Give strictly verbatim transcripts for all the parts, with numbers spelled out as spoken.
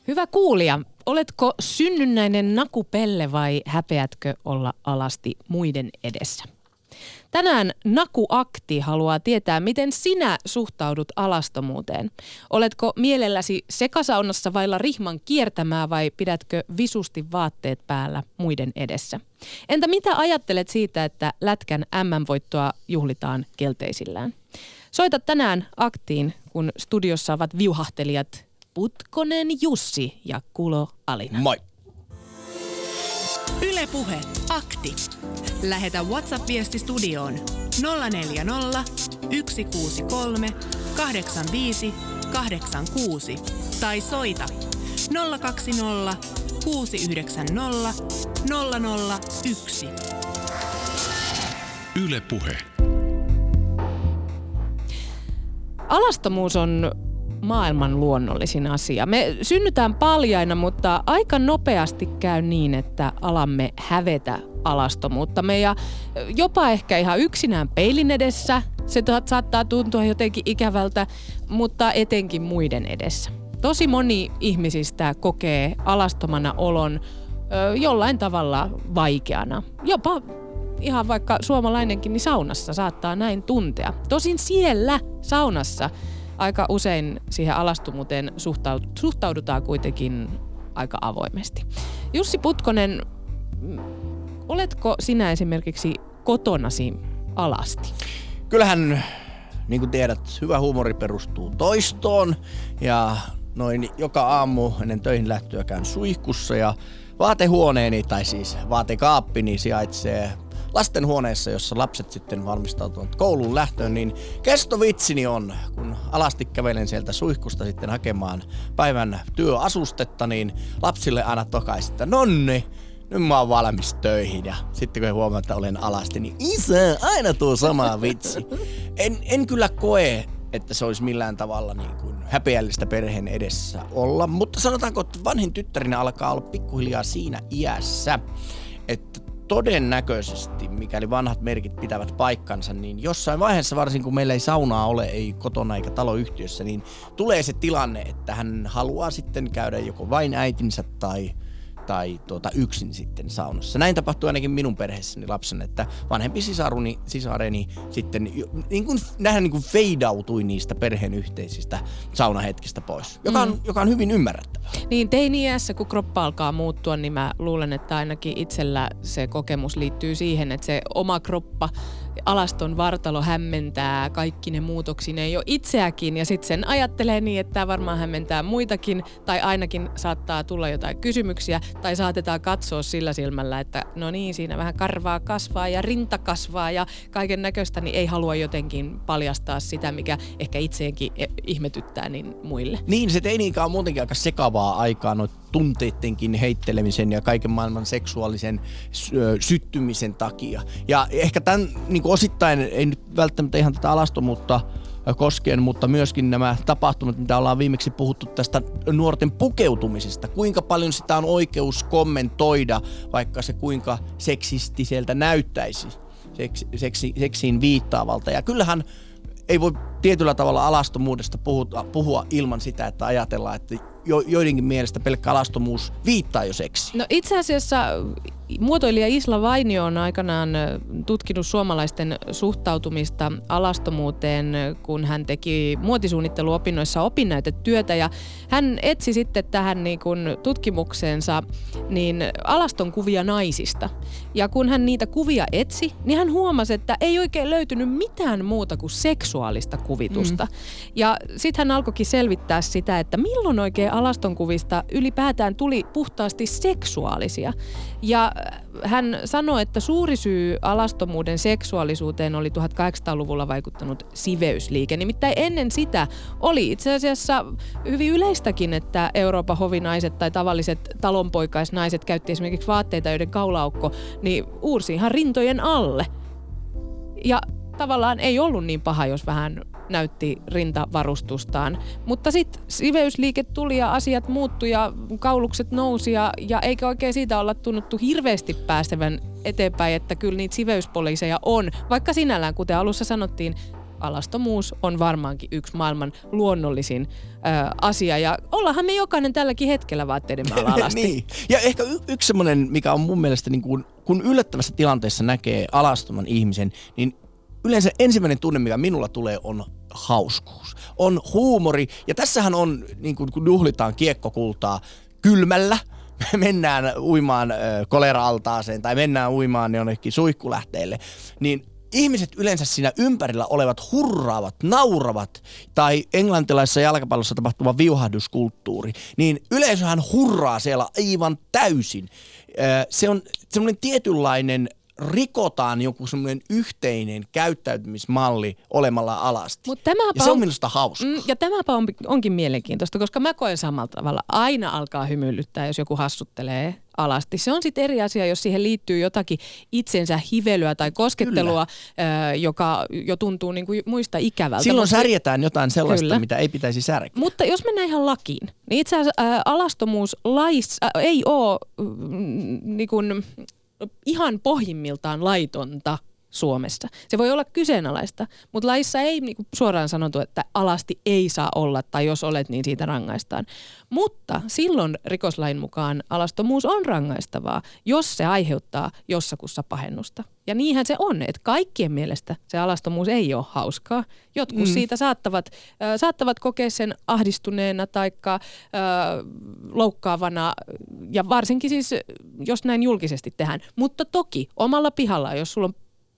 Hyvä kuulija, oletko synnynnäinen nakupelle vai häpeätkö olla alasti muiden edessä? Tänään Naku Akti haluaa tietää, miten sinä suhtaudut alastomuuteen. Oletko mielelläsi sekasaunassa vailla rihman kiertämää vai pidätkö visusti vaatteet päällä muiden edessä? Entä mitä ajattelet siitä, että Lätkän äm äm-voittoa juhlitaan kelteisillään? Soita tänään Aktiin, kun studiossa ovat viuhahtelijat Putkonen Jussi ja Kulo Alina. Moi! Yle Puhe, Akti. Lähetä WhatsApp-viesti studioon nolla neljä nolla, yksi kuusi kolme, kahdeksan viisi, kahdeksan kuusi tai soita nolla kaksi nolla, kuusi yhdeksän nolla, nolla nolla yksi. Yle Puhe. Alastomuus on maailman luonnollisin asia. Me synnytään paljaina, mutta aika nopeasti käy niin, että alamme hävetä alastomuuttamme ja jopa ehkä ihan yksinään peilin edessä. Se saattaa tuntua jotenkin ikävältä, mutta etenkin muiden edessä. Tosi moni ihmisistä kokee alastomana olon ö, jollain tavalla vaikeana. Jopa ihan vaikka suomalainenkin niin saunassa saattaa näin tuntea. Tosin siellä saunassa aika usein siihen alastomuuteen suhtaudutaan kuitenkin aika avoimesti. Jussi Putkonen, oletko sinä esimerkiksi kotonasi alasti? Kyllähän, niin kuin tiedät, hyvä huumori perustuu toistoon ja noin joka aamu ennen töihin lähtöä käyn suihkussa ja vaatehuoneeni, tai siis vaatekaappini sijaitsee lastenhuoneessa, jossa lapset sitten valmistautuvat kouluun lähtöön, niin kestovitsini on, kun alasti kävelen sieltä suihkusta sitten hakemaan päivän työasustetta, niin lapsille aina tokaisin, että nonni, nyt mä oon valmis töihin. Ja sitten kun he huomaan, että olen alasti, niin isä, aina tuo sama vitsi. En, en kyllä koe, että se olisi millään tavalla niin kuin häpeällistä perheen edessä olla, mutta sanotaanko, että vanhin tyttärinä alkaa olla pikkuhiljaa siinä iässä, että todennäköisesti, mikäli vanhat merkit pitävät paikkansa, niin jossain vaiheessa, varsinkin kun meillä ei saunaa ole, ei kotona eikä taloyhtiössä, niin tulee se tilanne, että hän haluaa sitten käydä joko vain äitinsä tai, tai tuota, yksin sitten saunassa. Näin tapahtui ainakin minun perheessäni lapsena, että vanhempi sisaruni, sisareni sitten niin kuin, nähdään niin kuin feidautui niistä perheen yhteisistä saunahetkistä pois, joka on, mm. joka on hyvin ymmärrettävää. Niin teini-iässä, kun kroppa alkaa muuttua, niin mä luulen, että ainakin itsellä se kokemus liittyy siihen, että se oma kroppa, alaston vartalo hämmentää kaikki ne muutoksineen jo itseäkin ja sitten sen ajattelee niin, että tämä varmaan hämmentää muitakin tai ainakin saattaa tulla jotain kysymyksiä tai saatetaan katsoa sillä silmällä, että no niin, siinä vähän karvaa kasvaa ja rinta kasvaa ja kaiken näköistä, niin ei halua jotenkin paljastaa sitä, mikä ehkä itseenkin ihmetyttää niin muille. Niin, se teini-ikä on muutenkin aika sekavaa aikaa noita tunteittenkin heittelemisen ja kaiken maailman seksuaalisen sy- syttymisen takia. Ja ehkä tämän niin kuin osittain, ei nyt välttämättä ihan tätä alastomuutta koskien, mutta myöskin nämä tapahtumat, mitä ollaan viimeksi puhuttu tästä nuorten pukeutumisesta. Kuinka paljon sitä on oikeus kommentoida, vaikka se kuinka seksistiseltä näyttäisi, Seks, seksi, seksiin viittaavalta. Ja kyllähän ei voi tietyllä tavalla alastomuudesta puhua, puhua ilman sitä, että ajatellaan, että jo, joidenkin mielestä pelkkä alastomuus viittaa jo seksiin. No itse asiassa muotoilija Isla Vainio on aikanaan tutkinut suomalaisten suhtautumista alastomuuteen, kun hän teki muotisuunnitteluopinnoissa opinnäytetyötä ja hän etsi sitten tähän niin kuin tutkimukseensa niin alaston kuvia naisista. Ja kun hän niitä kuvia etsi, niin hän huomasi, että ei oikein löytynyt mitään muuta kuin seksuaalista kuvitusta. Mm. Ja sitten hän alkoikin selvittää sitä, että milloin oikein alaston kuvista ylipäätään tuli puhtaasti seksuaalisia. Ja hän sanoi, että suuri syy alastomuuden seksuaalisuuteen oli tuhatkahdeksansataaluvulla vaikuttanut siveysliike. Nimittäin ennen sitä oli itse asiassa hyvin yleistäkin, että Euroopan hovinaiset tai tavalliset talonpoikaisnaiset käytti esimerkiksi vaatteita, joiden kaulaaukko niin uursi ihan rintojen alle. Ja tavallaan ei ollut niin paha, jos vähän näytti rintavarustustaan. Mutta sitten siveysliike tuli ja asiat muuttui ja kaulukset nousi ja, ja eikä oikein siitä olla tunnuttu hirveästi päästävän eteenpäin, että kyllä niitä siveyspoliiseja on. Vaikka sinällään, kuten alussa sanottiin, alastomuus on varmaankin yksi maailman luonnollisin ö, asia. Ja ollaanhan me jokainen tälläkin hetkellä vaatteiden alla alasti. Niin. Ja ehkä y- yksi semmoinen, mikä on mun mielestä, niin kun, kun yllättävässä tilanteessa näkee alastoman ihmisen, niin yleensä ensimmäinen tunne, mikä minulla tulee, on hauskuus. On huumori. Ja tässähän on, niin kun, kun juhlitaan kiekkokultaa kylmällä, mennään uimaan ö, kolera-altaaseen tai mennään uimaan jonnekin suihkulähteelle, niin ihmiset yleensä siinä ympärillä olevat hurraavat, nauravat tai englantilaisessa jalkapallossa tapahtuva viuhahduskulttuuri, niin yleisöhän hurraa siellä aivan täysin. Se on semmoinen tietynlainen, rikotaan joku semmoinen yhteinen käyttäytymismalli olemalla alasti. Mut tämäpä ja se on on, minusta hauska. Mm, ja tämäpä on, onkin mielenkiintoista, koska mä koen samalla tavalla. Aina alkaa hymyilyttää, jos joku hassuttelee alasti. Se on sitten eri asia, jos siihen liittyy jotakin itsensä hivelyä tai koskettelua, ö, joka jo tuntuu niin kuin muista ikävältä. Silloin Mutta särjetään jotain sellaista, kyllä. mitä ei pitäisi särkeä. Mutta jos mennään ihan lakiin, niin itse asiassa ä, alastomuuslaissa ä, ei ole mm, niin kuin ihan pohjimmiltaan laitonta Suomessa. Se voi olla kyseenalaista, mutta laissa ei niinku suoraan sanottu, että alasti ei saa olla tai jos olet, niin siitä rangaistaan. Mutta silloin rikoslain mukaan alastomuus on rangaistavaa, jos se aiheuttaa jossakussa pahennusta. Ja niinhän se on, että kaikkien mielestä se alastomuus ei ole hauskaa. Jotkut mm. siitä saattavat, äh, saattavat kokea sen ahdistuneena tai äh, loukkaavana, ja varsinkin siis, jos näin julkisesti tehdään. Mutta toki omalla pihalla, jos sulla on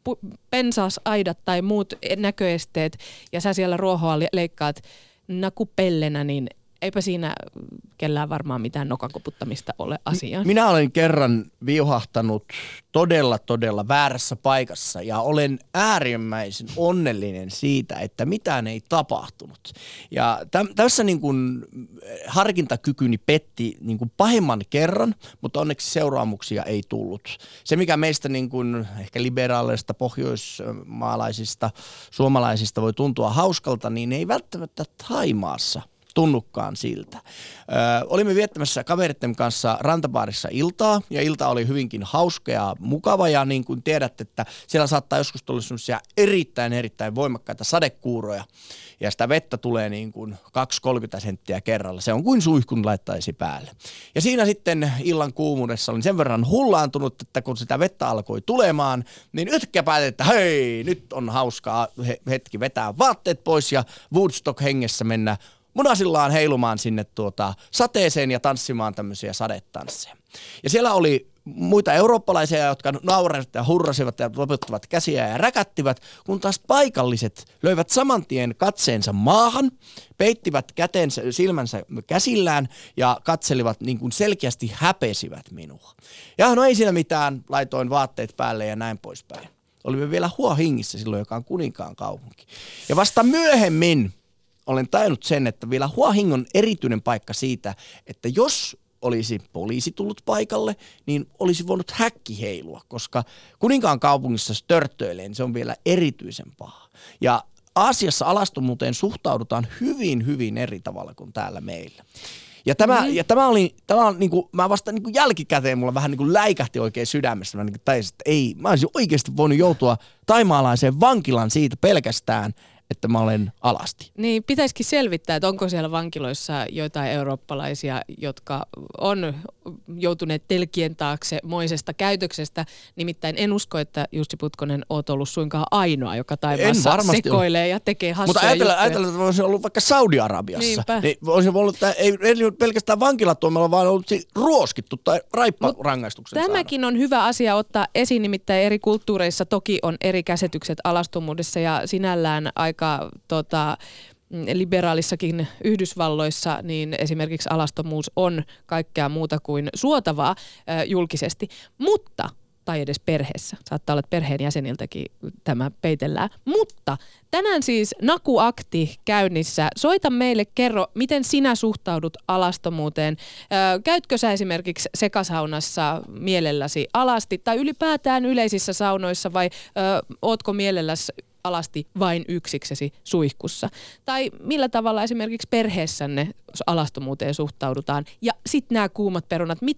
pensaasaidat tai muut näköesteet ja sä siellä ruohoa leikkaat nakupellenä, niin eipä siinä kellään varmaan mitään nokakoputtamista ole asiaan. Minä olen kerran viuhahtanut todella, todella väärässä paikassa ja olen äärimmäisen onnellinen siitä, että mitään ei tapahtunut. Ja täm, tässä niin kuin harkintakykyni petti niin kuin pahimman kerran, mutta onneksi seuraamuksia ei tullut. Se, mikä meistä niin kuin ehkä liberaaleista, pohjoismaalaisista, suomalaisista voi tuntua hauskalta, niin ei välttämättä Thaimaassa tunnukaan siltä. Ö, olimme viettämässä kaveritten kanssa rantabaarissa iltaa, ja ilta oli hyvinkin hauska ja mukava, ja niin kuin tiedät, että siellä saattaa joskus tulla sellaisia erittäin, erittäin voimakkaita sadekuuroja, ja sitä vettä tulee niin kuin kaksikymmentä kolmekymmentä senttiä kerralla. Se on kuin suihkun laittaisi päälle. Ja siinä sitten illan kuumuudessa olin sen verran hullaantunut, että kun sitä vettä alkoi tulemaan, niin yhtäkkiä päätin, että hei, nyt on hauskaa hetki vetää vaatteet pois ja Woodstock hengessä mennä munasillaan heilumaan sinne tuota sateeseen ja tanssimaan tämmöisiä sadetansseja. Ja siellä oli muita eurooppalaisia, jotka naurasivat ja hurrasivat ja lopettivat käsiä ja räkättivät, kun taas paikalliset löivät saman tien katseensa maahan, peittivät kätensä, silmänsä käsillään ja katselivat niin kuin selkeästi häpesivät minua. Ja no ei siinä mitään, laitoin vaatteet päälle ja näin poispäin. Olimme vielä Hua Hingissä silloin, joka on Kuninkaan kaupunki. Ja vasta myöhemmin olen tajunnut sen, että vielä Hua Hin on erityinen paikka siitä, että jos olisi poliisi tullut paikalle, niin olisi voinut häkki heilua, koska Kuninkaan kaupungissa störttöilee, niin se on vielä erityisen paha. Ja Aasiassa alastomuuteen suhtaudutaan hyvin, hyvin eri tavalla kuin täällä meillä. Ja tämä, mm-hmm. ja tämä oli, tämä on niinku, mä vasta niinku jälkikäteen mulla vähän niinku läikähti oikein sydämessä. Mä niinku taisin, että ei, mä olisin oikeasti voinut joutua thaimaalaiseen vankilaan siitä pelkästään, että mä olen alasti. Niin, pitäisikin selvittää, että onko siellä vankiloissa joitain eurooppalaisia, jotka on joutuneet telkien taakse moisesta käytöksestä. Nimittäin en usko, että Jussi Putkonen oot ollut suinkaan ainoa, joka Thaimaassa sekoilee ole. Ja tekee hassuja Mutta ajatellaan, juttuja. ajatellaan, että voisi ollut vaikka Saudi-Arabiassa. Niin voisi ollut, että ei, ei pelkästään vankilatuomalla, vaan ollut ruoskittu tai raipparangaistuksen saada. Tämäkin on hyvä asia ottaa esiin, nimittäin eri kulttuureissa toki on eri käsitykset alastomuudessa ja sinällään aika tota, liberaalissakin Yhdysvalloissa, niin esimerkiksi alastomuus on kaikkea muuta kuin suotavaa äh, julkisesti, mutta tai edes perheessä. Saattaa olla, että perheenjäseniltäkin tämä peitellään. Mutta tänään siis Naku-akti käynnissä. Soita meille, kerro, miten sinä suhtaudut alastomuuteen. Ö, käytkö sä esimerkiksi sekasaunassa mielelläsi alasti tai ylipäätään yleisissä saunoissa vai ö, ootko mielelläsi alasti vain yksiksesi suihkussa? Tai millä tavalla esimerkiksi perheessänne alastomuuteen suhtaudutaan? Ja sitten nämä kuumat perunat, mitä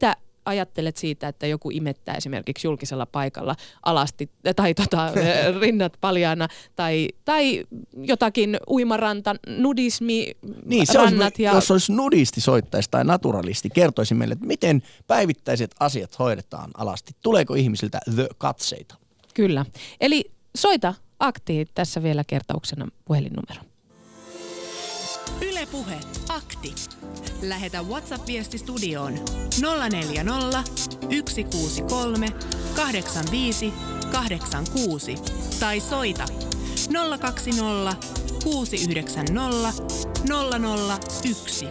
ajattelet siitä, että joku imettää esimerkiksi julkisella paikalla alasti tai tota, rinnat paljaana tai, tai jotakin uimaranta, nudismi, niin, se rannat. Olisi, ja... Jos olisi nudisti soittaisi tai naturalisti, kertoisi meille, että miten päivittäiset asiat hoidetaan alasti. Tuleeko ihmisiltä the-katseita? Kyllä. Eli soita akti tässä vielä kertauksena puhelinnumero. Yle Puhe, akti. Lähetä WhatsApp-viesti studioon nolla neljä nolla, yksi kuusi kolme, kahdeksan viisi, kahdeksan kuusi tai soita nolla kaksi nolla, kuusi yhdeksän nolla, nolla nolla yksi.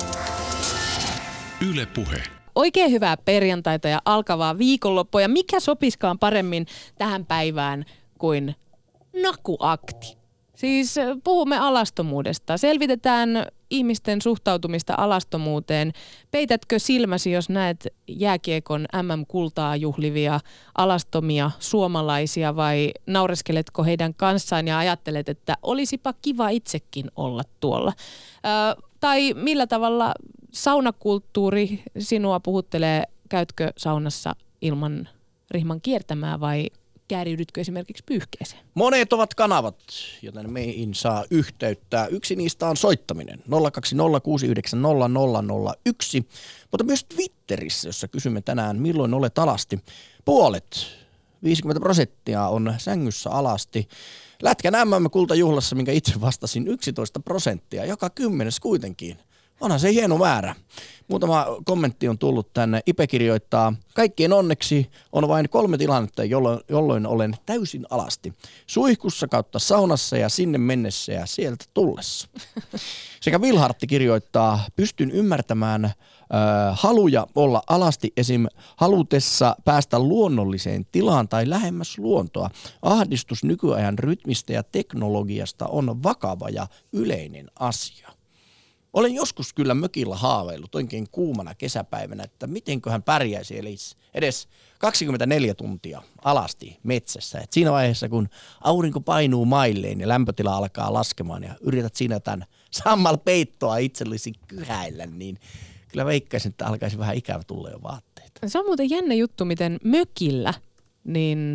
Yle Puhe. Oikein hyvää perjantaita ja alkavaa viikonloppua. Ja mikä sopiskaan paremmin tähän päivään kuin nakuakti? Siis puhumme alastomuudesta. Selvitetään ihmisten suhtautumista alastomuuteen. Peitätkö silmäsi, jos näet jääkiekon äm äm-kultaa juhlivia alastomia suomalaisia vai naureskeletko heidän kanssaan ja ajattelet, että olisipa kiva itsekin olla tuolla? Ö, tai millä tavalla saunakulttuuri sinua puhuttelee? Käytkö saunassa ilman rihman kiertämää vai kääriydytkö esimerkiksi pyyhkeeseen? Monet ovat kanavat, joten meihin saa yhteyttää. Yksi niistä on soittaminen. nolla kaksi nolla, kuusi yhdeksän nolla, nolla nolla yksi. Mutta myös Twitterissä, jossa kysymme tänään, milloin olet alasti. Puolet, viisikymmentä prosenttia on sängyssä alasti. Lätkän äm äm-kultajuhlassa, minkä itse vastasin, yksitoista prosenttia. Joka kymmenes kuitenkin. Onhan se hieno määrä. Muutama kommentti on tullut tänne. Ipe kirjoittaa, kaikkien onneksi on vain kolme tilannetta, jolloin, jolloin olen täysin alasti. Suihkussa kautta saunassa ja sinne mennessä ja sieltä tullessa. Sekä Vilhartti kirjoittaa, pystyn ymmärtämään äh, haluja olla alasti esim. Halutessa päästä luonnolliseen tilaan tai lähemmäs luontoa. Ahdistus nykyajan rytmistä ja teknologiasta on vakava ja yleinen asia. Olen joskus kyllä mökillä haaveillut oikein kuumana kesäpäivänä, että mitenköhän pärjäisi eli edes kaksikymmentäneljä tuntia alasti metsässä. Et siinä vaiheessa, kun aurinko painuu mailleen ja lämpötila alkaa laskemaan ja yrität siinä jotain sammal peittoa itsellesi kyhäillä, niin kyllä veikkaisin, että alkaisi vähän ikävä tulla jo vaatteita. Se on muuten jännä juttu, miten mökillä niin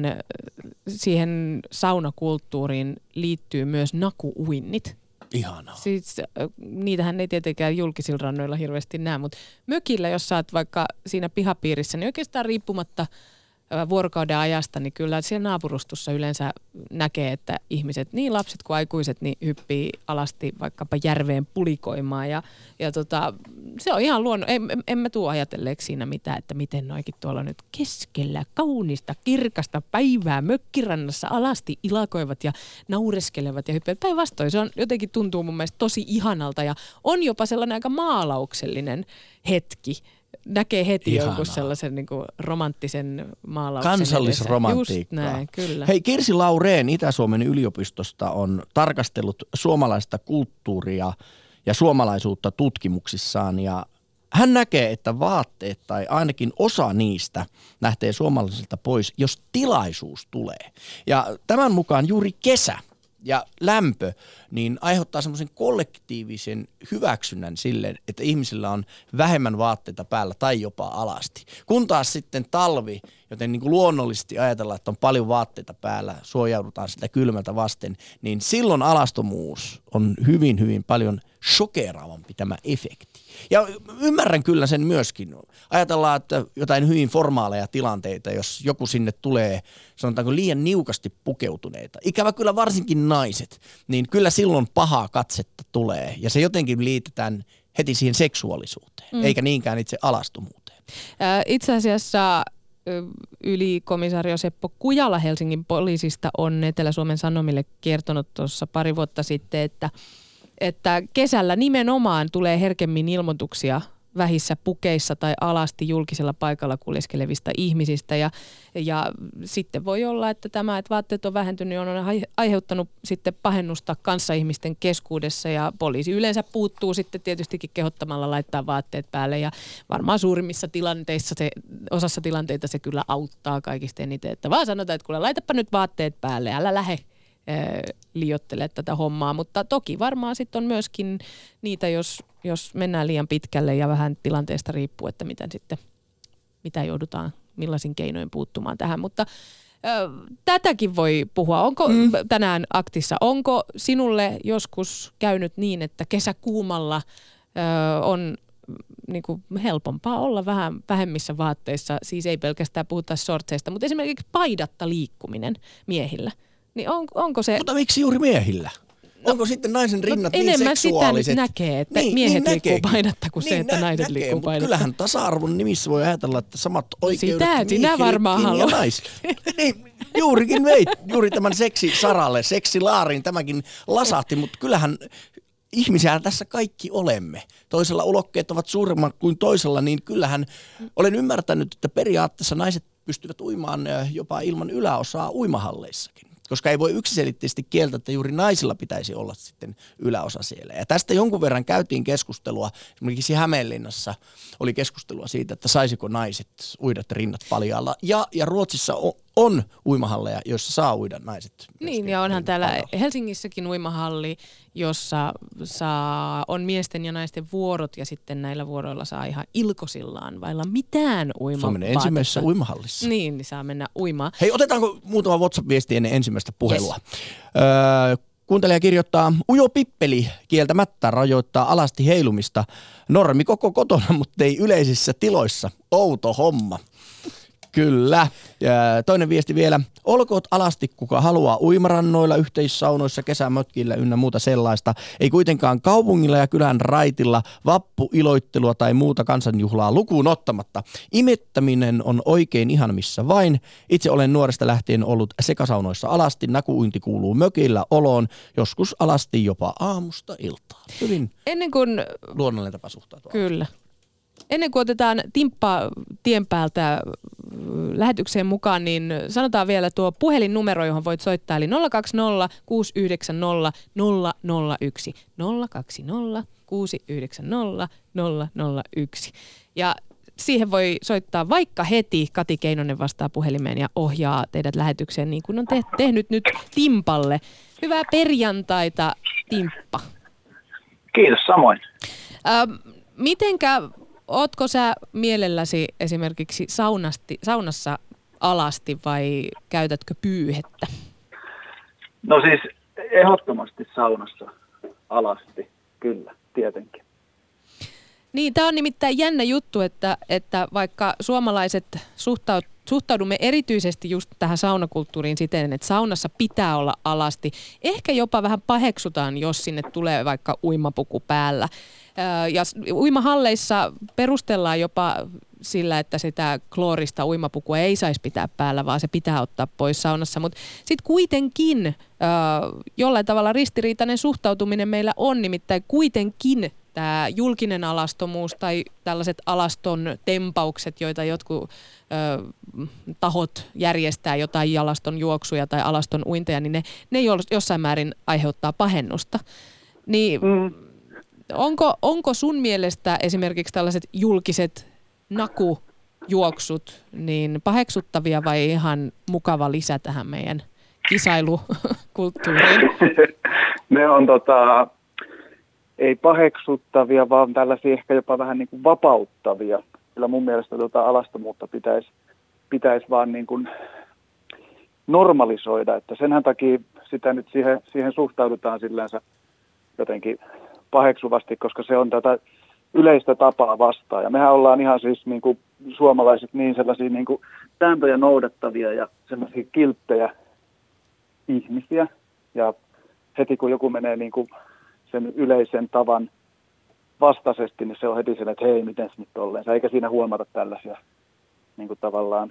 siihen saunakulttuuriin liittyy myös nakuuinnit. Ihanaa. Siis niitähän ei tietenkään julkisilla rannoilla hirveästi näe, mutta mökillä, jos sä oot vaikka siinä pihapiirissä, niin oikeastaan riippumatta vuorokauden ajasta, niin kyllä siellä naapurustossa yleensä näkee, että ihmiset, niin lapset kuin aikuiset, niin hyppii alasti vaikkapa järveen pulikoimaan. Ja, ja tota, se on ihan luonno. En, en, en mä tule ajatelleeksi siinä mitään, että miten noikin tuolla nyt keskellä kaunista, kirkasta päivää mökkirannassa alasti ilakoivat ja naureskelevat ja hyppivät. Päinvastoin se on jotenkin tuntuu mun mielestä tosi ihanalta ja on jopa sellainen aika maalauksellinen hetki. Näkee heti Ihanaa. jonkun sellaisen niin kuin romanttisen maalauksen. Kansallisromantiikkaa. Just näin, kyllä. Hei, Kirsi Laureen Itä-Suomen yliopistosta on tarkastellut suomalaista kulttuuria ja suomalaisuutta tutkimuksissaan ja hän näkee, että vaatteet tai ainakin osa niistä lähtee suomalaisilta pois, jos tilaisuus tulee. Ja tämän mukaan juuri kesä ja lämpö niin aiheuttaa semmoisen kollektiivisen hyväksynnän sille, että ihmisillä on vähemmän vaatteita päällä tai jopa alasti. Kun taas sitten talvi, joten niin kuin luonnollisesti ajatellaan, että on paljon vaatteita päällä, suojaudutaan sitä kylmältä vasten, niin silloin alastomuus on hyvin, hyvin paljon shokeraavampi tämä efekti. Ja ymmärrän kyllä sen myöskin. Ajatellaan, että jotain hyvin formaaleja tilanteita, jos joku sinne tulee, sanotaanko liian niukasti pukeutuneita. Ikävä kyllä varsinkin naiset, niin kyllä silloin pahaa katsetta tulee. Ja se jotenkin liitetään heti siihen seksuaalisuuteen, mm. eikä niinkään itse alastomuuteen. Äh, itse asiassa ylikomisario Seppo Kujala Helsingin poliisista on Etelä-Suomen Sanomille kertonut tuossa pari vuotta sitten, että että kesällä nimenomaan tulee herkemmin ilmoituksia vähissä pukeissa tai alasti julkisella paikalla kuljeskelevista ihmisistä. Ja, ja sitten voi olla, että tämä, että vaatteet on vähentynyt, on aiheuttanut sitten pahennusta kanssaihmisten keskuudessa ja poliisi yleensä puuttuu sitten tietystikin kehottamalla laittaa vaatteet päälle ja varmaan suurimmissa tilanteissa, se, osassa tilanteita se kyllä auttaa kaikista eniten, että vaan sanotaan, että kuule laitapa nyt vaatteet päälle, älä lähde liioittelee tätä hommaa, mutta toki varmaan sitten on myöskin niitä, jos, jos mennään liian pitkälle ja vähän tilanteesta riippuu, että miten sitten mitä joudutaan, millaisin keinoin puuttumaan tähän. Mutta ö, tätäkin voi puhua. Onko mm. tänään aktissa, onko sinulle joskus käynyt niin, että kesäkuumalla ö, on niin kuin helpompaa olla vähän vähemmissä vaatteissa, siis ei pelkästään puhuta shortseista, mutta esimerkiksi paidatta liikkuminen miehillä. Niin on, onko se... Mutta miksi juuri miehillä? No, onko sitten naisen rinnat no, niin seksuaaliset? Enemmän sitä näkee, että niin, miehet niin liikkuu paidatta kuin niin, se, että nä- naiset näkee, liikkuu paidatta. Kyllähän tasa-arvon nimissä voi ajatella, että samat oikeudet sitä, sinä varmaan haluat. Niin, juurikin veit, juuri tämän seksisaralle, seksilaariin tämäkin lasahti, mutta kyllähän ihmisiä tässä kaikki olemme. Toisella ulokkeet ovat suuremmat kuin toisella, niin kyllähän olen ymmärtänyt, että periaatteessa naiset pystyvät uimaan jopa ilman yläosaa uimahalleissakin. Koska ei voi yksiselitteisesti kieltää, että juuri naisilla pitäisi olla sitten yläosa siellä. Ja tästä jonkun verran käytiin keskustelua, esimerkiksi Hämeenlinnassa oli keskustelua siitä, että saisiko naiset uida rinnat paljaalla. Ja, ja Ruotsissa on, on uimahalleja, joissa saa uida naiset. Niin, ja onhan täällä paljaalla. Helsingissäkin uimahalli, jossa saa, on miesten ja naisten vuorot, ja sitten näillä vuoroilla saa ihan ilkosillaan vailla mitään uimavaatetta. Suomen ensimmäisessä uimahallissa. Niin, niin saa mennä uimaan. Hei, otetaanko muutama WhatsApp-viesti ennen ensimmäistä puhelua? Yes. Öö, kuuntelija kirjoittaa, ujo pippeli kieltämättä rajoittaa alasti heilumista. Normi koko kotona, mutta ei yleisissä tiloissa. Outo homma. Kyllä. Ja toinen viesti vielä. Olkoot alasti kuka haluaa uimarannoilla, yhteissaunoissa, kesämötkillä ynnä muuta sellaista. Ei kuitenkaan kaupungilla ja kylän raitilla vappuiloittelua tai muuta kansanjuhlaa lukuun ottamatta. Imettäminen on oikein ihan missä vain. Itse olen nuoresta lähtien ollut sekasaunoissa alasti. Nakuuinti kuuluu mökillä oloon. Joskus alasti jopa aamusta iltaan. Hyvin Ennen kuin... luonnollinen tapa suhtautua. Kyllä. Ennen kuin otetaan Timppa tien päältä lähetykseen mukaan, niin sanotaan vielä tuo puhelinnumero, johon voit soittaa, eli nolla kaksi nolla kuusi yhdeksän nolla nolla nolla yksi. nolla kaksi nolla kuusi yhdeksän nolla nolla nolla yksi. Ja siihen voi soittaa vaikka heti. Kati Keinonen vastaa puhelimeen ja ohjaa teidät lähetykseen niin kuin on te- tehnyt nyt Timpalle. Hyvää perjantaita, Timppa. Kiitos samoin. Ähm, mitenkä... Ootko sä mielelläsi esimerkiksi saunasti, saunassa alasti vai käytätkö pyyhettä? No siis ehdottomasti saunassa alasti, kyllä, tietenkin. Niin, tämä on nimittäin jännä juttu, että, että vaikka suomalaiset suhtaut, suhtaudumme erityisesti just tähän saunakulttuuriin siten, että saunassa pitää olla alasti. Ehkä jopa vähän paheksutaan, jos sinne tulee vaikka uimapuku päällä. Ja uimahalleissa perustellaan jopa sillä, että sitä kloorista uimapukua ei saisi pitää päällä, vaan se pitää ottaa pois saunassa. Mutta sitten kuitenkin jollain tavalla ristiriitainen suhtautuminen meillä on, nimittäin kuitenkin tämä julkinen alastomuus tai tällaiset alaston tempaukset, joita jotkut ö, tahot järjestää, jotain alaston juoksuja tai alaston uinteja, niin ne, ne jossain määrin aiheuttaa pahennusta. Niin mm. onko, onko sun mielestä esimerkiksi tällaiset julkiset nakujuoksut niin paheksuttavia vai ihan mukava lisä tähän meidän kisailukulttuuriin? Ne on tota... ei paheksuttavia, vaan tällaisia ehkä jopa vähän niin kuin vapauttavia. Kyllä mun mielestä tuota alastomuutta pitäisi, pitäisi vaan niin kuin normalisoida, että senhän takia sitä nyt siihen, siihen suhtaudutaan sillänsä jotenkin paheksuvasti, koska se on tätä yleistä tapaa vastaan. Ja mehän ollaan ihan siis niin kuin suomalaiset niin sellaisia niin kuin sääntöjä noudattavia ja sellaisia kilttejä ihmisiä. Ja heti kun joku menee niin kuin sen yleisen tavan vastaisesti, niin se on heti sen, että hei, miten se nyt tolleen. Eikä siinä huomata tällaisia niin kuin tavallaan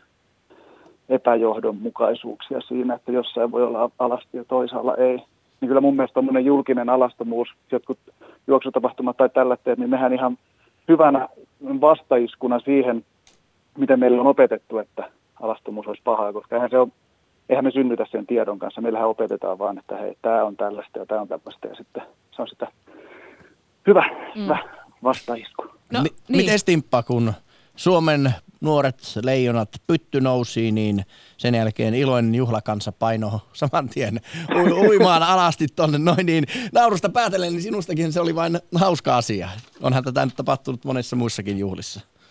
epäjohdonmukaisuuksia siinä, että jossain voi olla alasti ja toisaalla ei. Niin kyllä mun mielestä tommoinen julkinen alastomuus, jotkut juoksutapahtumat tai tällaiset, niin nehän ihan hyvänä vastaiskuna siihen, miten meillä on opetettu, että alastomuus olisi pahaa, koska eihän se on, eihän me synnytä sen tiedon kanssa. Meillähän opetetaan vaan, että hei, tämä on tällaista ja tämä on tällaista ja sitten se on sitä hyvä, mm. hyvä vastaisku. No, M- niin. Miten Timppa, kun Suomen nuoret leijonat pytty nousi, niin sen jälkeen iloinen juhlakansa paino saman tien u- uimaan alasti tuonne noin, niin naurusta päätellen, niin sinustakin se oli vain hauska asia. Onhan tätä nyt tapahtunut monessa muissakin juhlissa.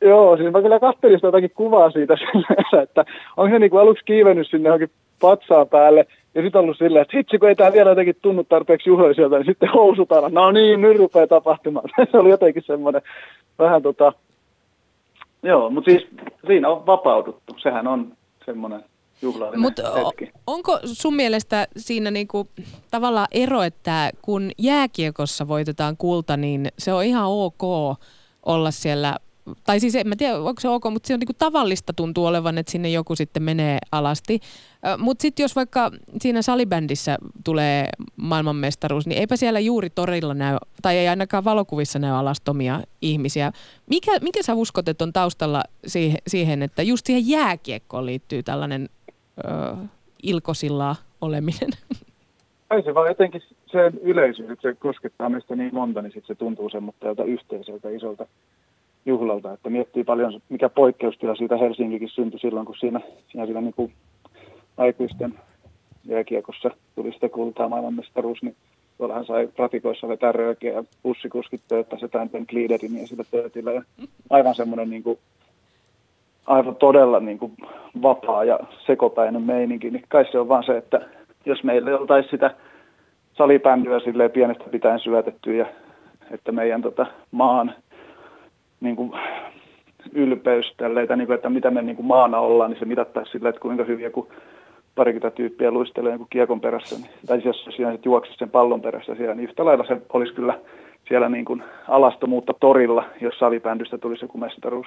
Joo, siis mä kyllä katselin sitä jotakin kuvaa siitä silleen, että onko se niin kuin aluksi kiivennyt sinne johonkin patsaan päälle ja sitten ollut silleen, että hitsi kun ei tää vielä jotenkin tunnu tarpeeksi juhlalliselta, niin sitten housutaan, no niin, nyt rupeaa tapahtumaan. Se oli jotenkin semmoinen vähän tota, joo, mutta siis siinä on vapauduttu, sehän on semmoinen juhlallinen Mut hetki. Onko sun mielestä siinä niinku tavallaan ero, että kun jääkiekossa voitetaan kulta, niin se on ihan ok olla siellä, tai siis en mä tiedä, onko se ok, mutta se on niinku tavallista tuntuu olevan, että sinne joku sitten menee alasti. Mutta sitten jos vaikka siinä salibändissä tulee maailmanmestaruus, niin eipä siellä juuri torilla näy, tai ei ainakaan valokuvissa näy alastomia ihmisiä. Mikä, mikä sä uskot, että on taustalla siihen, että just siihen jääkiekkoon liittyy tällainen ö, ilkosilla oleminen? Ei se vaan jotenkin sen yleisöys, että se koskettaa meistä niin monta, niin sitten se tuntuu semmoista yhteisöltä isolta juhlalta, että miettii paljon, mikä poikkeustila siitä Helsinkikin syntyi silloin, kun siinä, siinä, siinä niin kuin aikuisten jääkiekossa tuli sitä kultaa maailmanmestaruus, niin tuollahan sai ratikoissa vetää röökiä ja bussikuskit tööttäisi jotain Ben Gliederin ja sillä töötillä. Ja aivan semmoinen niin kuin, aivan todella niin kuin vapaa ja sekopäinen meininki, niin kai se on vaan se, että jos meillä ei oltaisi sitä salibändyä silleen pienestä pitäen syötetty ja että meidän tota, maan niin kuin ylpeys tälleitä, niin kuin, että mitä me niin kuin maana ollaan, niin se mitattaisi sillä, että kuinka hyviä, kun parikymmentä tyyppiä luistelee niin kiekon perässä, niin, tai siis jos siinä juoksisi sen pallon perässä siellä, niin yhtä lailla se olisi kyllä siellä niin kuin alastomuutta torilla, jos salibändystä tulisi joku mestaruus.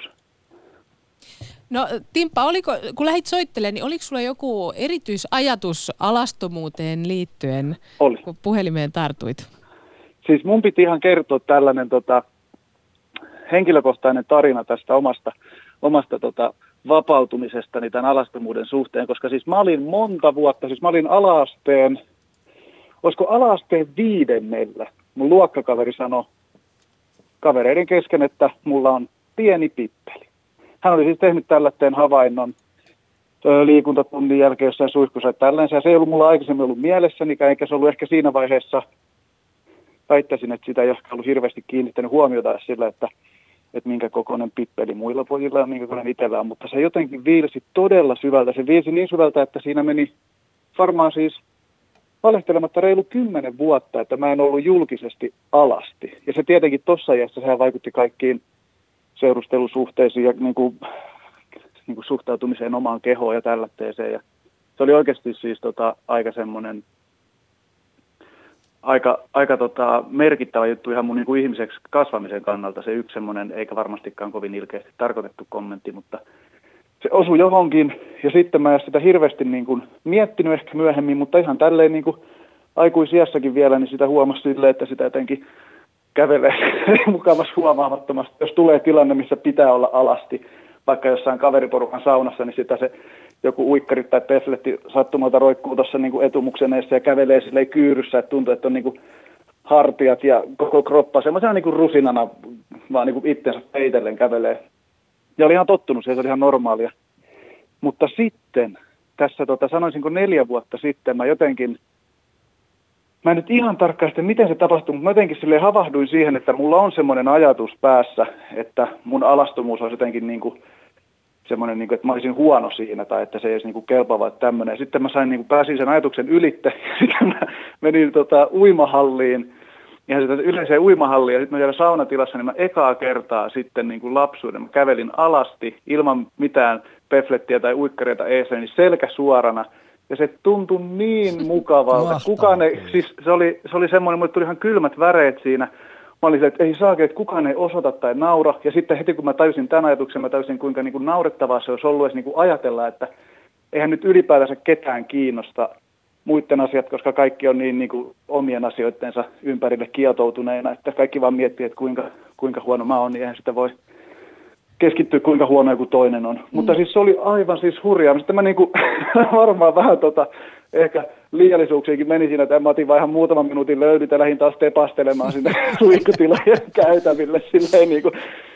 No Timppa, oliko, kun lähdit soittelemaan, niin oliko sulla joku erityisajatus alastomuuteen liittyen, Oli. Kun puhelimeen tartuit? Siis mun piti ihan kertoa tällainen tota, henkilökohtainen tarina tästä omasta, omasta tota, vapautumisestani tämän alastomuuden suhteen, koska siis mä olin monta vuotta, siis mä olin ala-asteen, olisiko ala-asteen viidennellä, mun luokkakaveri sanoi kavereiden kesken, että mulla on pieni pippeli. Hän oli siis tehnyt tällaisen havainnon ö, liikuntatunnin jälkeen jossain suihkussa, että tällainen, se ei ollut mulla aikaisemmin ollut mielessänikään, eikä se ollut ehkä siinä vaiheessa, väittäisin, että sitä ei ehkä ollut hirveästi kiinnittänyt huomiota sillä, että, että minkä kokoinen pippeli muilla pojilla ja minkä kokoinen itsellä on, mutta se jotenkin viilsi todella syvältä. Se viilsi niin syvältä, että siinä meni varmaan siis valehtelematta reilu kymmenen vuotta, että mä en ollut julkisesti alasti. Ja se tietenkin tuossa iässä sehän vaikutti kaikkiin seurustelusuhteisiin ja niin kuin, niin kuin suhtautumiseen omaan kehoon ja tällätteeseen. Ja se oli oikeasti siis tota, aika semmoinen aika, aika tota, merkittävä juttu ihan mun niin kuin ihmiseksi kasvamisen kannalta. Se yksi semmoinen, eikä varmastikaan kovin ilkeästi tarkoitettu kommentti, mutta se osui johonkin. Ja sitten mä en sitä hirveästi niin kuin miettinyt ehkä myöhemmin, mutta ihan tälleen niin kuin aikuisiässäkin vielä, niin sitä huomasi silleen, että sitä jotenkin kävelee mukavasti huomaamattomasti. Jos tulee tilanne, missä pitää olla alasti, vaikka jossain kaveriporukan saunassa, niin sitä se joku uikkari tai pefletti sattumalta roikkuu tuossa niin kuin etumuksen eessä ja kävelee silleen kyyryssä, että tuntuu, että on niin kuin hartiat ja koko kroppa semmoisena niin kuin rusinana, vaan niin kuin itsensä peitellen kävelee. Ja oli ihan tottunut siihen, se oli ihan normaalia. Mutta sitten, tässä tota, sanoisinko neljä vuotta sitten, mä jotenkin, mä en nyt ihan tarkkaan sitten, miten se tapahtui, mutta mä jotenkin silleen havahduin siihen, että mulla on semmoinen ajatus päässä, että mun alastomuus on jotenkin niin kuin semmoinen, niin kuin, että mä olisin huono siinä tai että se ei olisi niin kuin kelpaava, että tämmöinen. Ja sitten mä sain, niin kuin, pääsin sen ajatuksen ylitte ja sitten mä menin tota, uimahalliin, ihan sitä yleiseen uimahalliin ja sitten mä siellä saunatilassa, niin mä ekaa kertaa sitten niin kuin lapsuuden, mä kävelin alasti ilman mitään peflettiä tai uikkareita eessä, niin selkä suorana. Ja se tuntui niin mukavalta. Kukaan ei, siis se oli, se oli semmoinen, mulle tuli ihan kylmät väreet siinä. Mä olin se, että ei saake, että kukaan ei osoita tai naura. Ja sitten heti kun mä tajusin tämän ajatuksen, mä tajusin kuinka niin kuin naurettavaa se olisi ollut edes niin kuin ajatella, että eihän nyt ylipäätänsä ketään kiinnosta muiden asiat, koska kaikki on niin, niin kuin omien asioittensa ympärille kietoutuneina, että kaikki vaan miettii, että kuinka, kuinka huono mä oon, niin eihän sitä voi keskittyä, kuinka huono joku toinen on. Mm. Mutta siis se oli aivan siis hurjaa. Sitten mä niinku, varmaan vähän tota, ehkä liiallisuuksiakin meni siinä, että mä otin vaan ihan muutaman minuutin löydyt ja lähdin taas tepastelemaan sinne suihkutilojen käytäville silleen niinku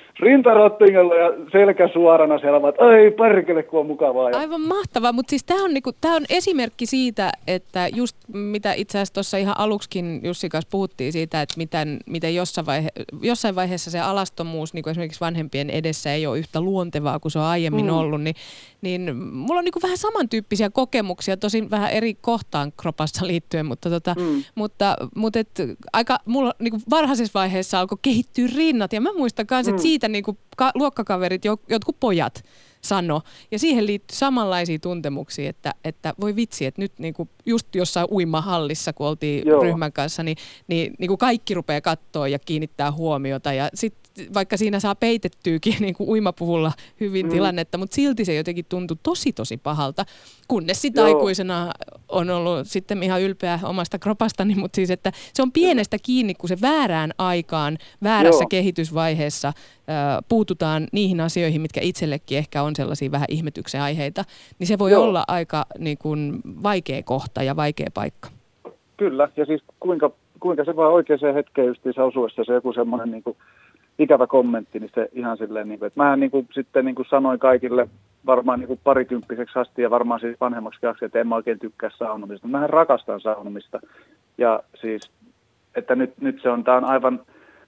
rintarottingella ja selkä suorana siellä, että ai perkele, kun on mukavaa. Aivan mahtavaa, mutta siis tämä on, niinku, on esimerkki siitä, että just mitä itse asiassa tuossa ihan aluksikin Jussi kanssa puhuttiin siitä, että miten, miten jossain, vaihe, jossain vaiheessa se alastomuus niinku esimerkiksi vanhempien edessä ei ole yhtä luontevaa kuin se on aiemmin mm. ollut, niin, niin mulla on niinku vähän samantyyppisiä kokemuksia, tosin vähän eri kohtaan kropassa liittyen, mutta, tota, mm. mutta, mutta et, aika mulla niinku varhaisessa vaiheessa alkoi kehittyä rinnat ja mä muistan myös, että mm. siitä niinku ka- luokkakaverit, jotkut pojat sano. Ja siihen liittyy samanlaisia tuntemuksia, että, että voi vitsi, että nyt niinku just jossain uimahallissa, kun oltiin Joo. ryhmän kanssa, niin, niin niinku kaikki rupeaa katsoa ja kiinnittää huomiota. Ja sitten vaikka siinä saa peitettyäkin niinku uimapuvulla hyvin mm. tilannetta, mutta silti se jotenkin tuntui tosi tosi pahalta. Kunnes sitten aikuisena on ollut sitten ihan ylpeä omasta kropastani, mutta siis että se on pienestä kiinni, kun se väärään aikaan, väärässä Joo. kehitysvaiheessa äh, puututaan niihin asioihin, mitkä itsellekin ehkä on sellaisia vähän ihmetyksen aiheita, niin se voi Joo. olla aika niin kuin, vaikea kohta ja vaikea paikka. Kyllä, ja siis kuinka, kuinka se vaan oikeaan hetkeen justiinsa osuessa se joku semmoinen niin kuin ikävä kommentti, niin se ihan silleen, niin kuin, että mähän niin kuin, sitten niin kuin sanoin kaikille varmaan niin kuin parikymppiseksi asti ja varmaan siis vanhemmaksi asti, että en mä oikein tykkää saunomista. Mähän rakastan saunomista ja siis, että nyt, nyt se on, tää on aivan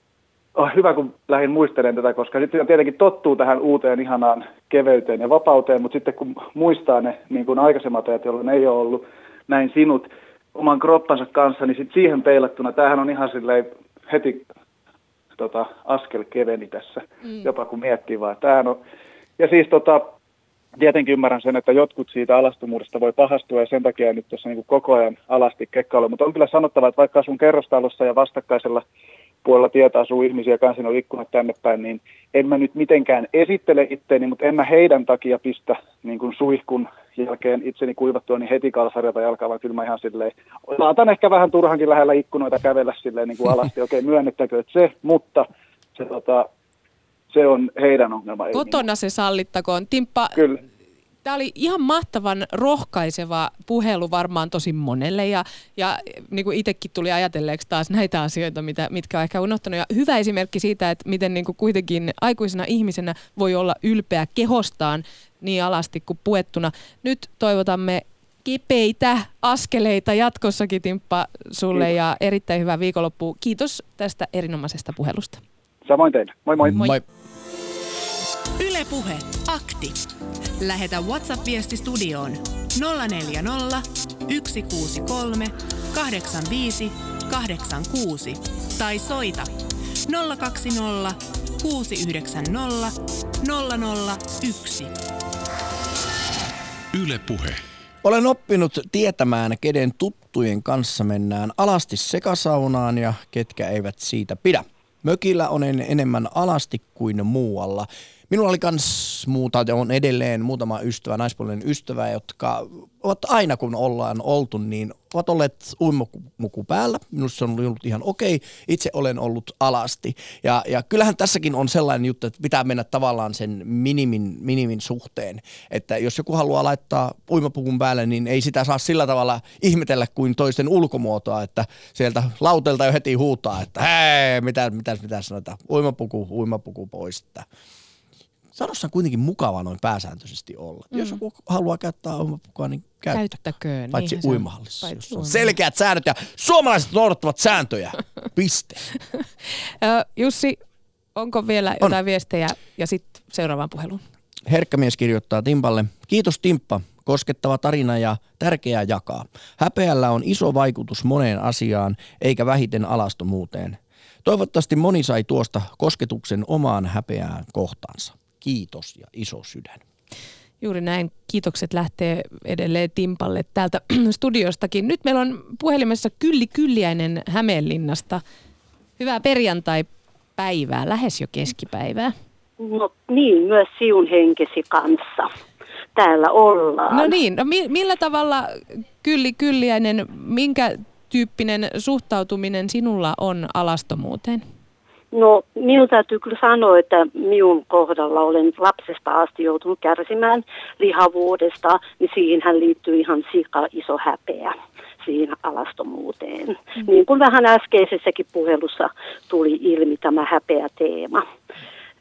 oh, hyvä, kun lähdin muistelemaan tätä, koska sitten tietenkin tottuu tähän uuteen ihanaan keveyteen ja vapauteen, mutta sitten kun muistaa ne niin kuin aikaisemmat ajat, jolloin ei ole ollut näin sinut oman kroppansa kanssa, niin sitten siihen peilattuna, tämähän on ihan silleen heti tota, askel keveni tässä, mm. jopa kun miettii vaan. Tämähän on, ja siis tota, tietenkin ymmärrän sen, että jotkut siitä alastomuudesta voi pahastua ja sen takia nyt tuossa niin koko ajan alasti kekkailu, mutta on kyllä sanottava, että vaikka asun kerrostalossa ja vastakkaisella puolella tietä asuu ihmisiä kanssa, on ikkunat tänne päin, niin en mä nyt mitenkään esittele itteeni, mutta en mä heidän takia pistä niin kuin suihkun jälkeen itseni kuivattua niin heti kalsarilta jalkaa, vaan kyllä mä ihan silleen, saatan ehkä vähän turhankin lähellä ikkunoita kävellä silleen niin kuin alasti, okei okay, myönnettäkö, että se, mutta se, tota, se on heidän ongelma. Kotona se sallittakoon. Timppa, kyllä. Tämä oli ihan mahtavan rohkaiseva puhelu varmaan tosi monelle ja, ja niin kuin itsekin tuli ajatelleeksi taas näitä asioita, mitä, mitkä on ehkä unohtanut. Ja hyvä esimerkki siitä, että miten niin kuin kuitenkin aikuisena ihmisenä voi olla ylpeä kehostaan niin alasti kuin puettuna. Nyt toivotamme kipeitä askeleita jatkossakin, Timppa, sulle Kiitos. Ja erittäin hyvää viikonloppua. Kiitos tästä erinomaisesta puhelusta. Samoin teille. Moi moi. Moi. Moi. Yle Puhe. Akti. Lähetä WhatsApp-viesti studioon nolla neljä nolla, yksi kuusi kolme, kahdeksan viisi, kahdeksan kuusi tai soita nolla kaksi nolla, kuusi yhdeksän nolla, nolla nolla yksi. Yle Puhe. Olen oppinut tietämään, kenen tuttujen kanssa mennään alasti sekasaunaan ja ketkä eivät siitä pidä. Mökillä on enemmän alasti kuin muualla. Minulla oli kans muuta, on edelleen muutama ystävä, naispuolinen ystävä, jotka ovat aina kun ollaan oltu, niin ovat olleet uimapuku päällä. Minusta se on ollut ihan okei. Itse olen ollut alasti. Ja, ja kyllähän tässäkin on sellainen juttu, että pitää mennä tavallaan sen minimin, minimin suhteen. Että jos joku haluaa laittaa uimapukun päälle, niin ei sitä saa sillä tavalla ihmetellä kuin toisten ulkomuotoa, että sieltä lautelta jo heti huutaa, että hei, mitä, mitä, mitä sanotaan, uimapuku, uimapuku pois. Että sanossa on kuitenkin mukava noin pääsääntöisesti olla. Mm. Jos joku haluaa käyttää uimapukua, niin käyttäköön. Käyttäköön. Paitsi uimahallissa, on. Jossa on selkeät säännöt ja suomalaiset noudattavat sääntöjä. Piste. Jussi, onko vielä jotain on. viestejä ja sitten seuraavaan puheluun? Herkkämies kirjoittaa Timpalle. Kiitos Timppa. Koskettava tarina ja tärkeää jakaa. Häpeällä on iso vaikutus moneen asiaan, eikä vähiten alastomuuteen. Toivottavasti moni sai tuosta kosketuksen omaan häpeään kohtaansa. Kiitos ja iso sydän. Juuri näin. Kiitokset lähtee edelleen Timpalle täältä studiostakin. Nyt meillä on puhelimessa Kylli Kylliäinen Hämeenlinnasta. Hyvää perjantai-päivää, lähes jo keskipäivää. No niin, myös siun henkesi kanssa. Täällä ollaan. No niin, no mi- millä tavalla Kylli Kylliäinen, minkä tyyppinen suhtautuminen sinulla on alastomuuteen? No minun täytyy kyllä sanoa, että minun kohdalla olen lapsesta asti joutunut kärsimään lihavuudesta, niin siihenhän liittyy ihan sika iso häpeä siihen alastomuuteen. Mm. Niin kuin vähän äskeisessäkin puhelussa tuli ilmi tämä häpeäteema.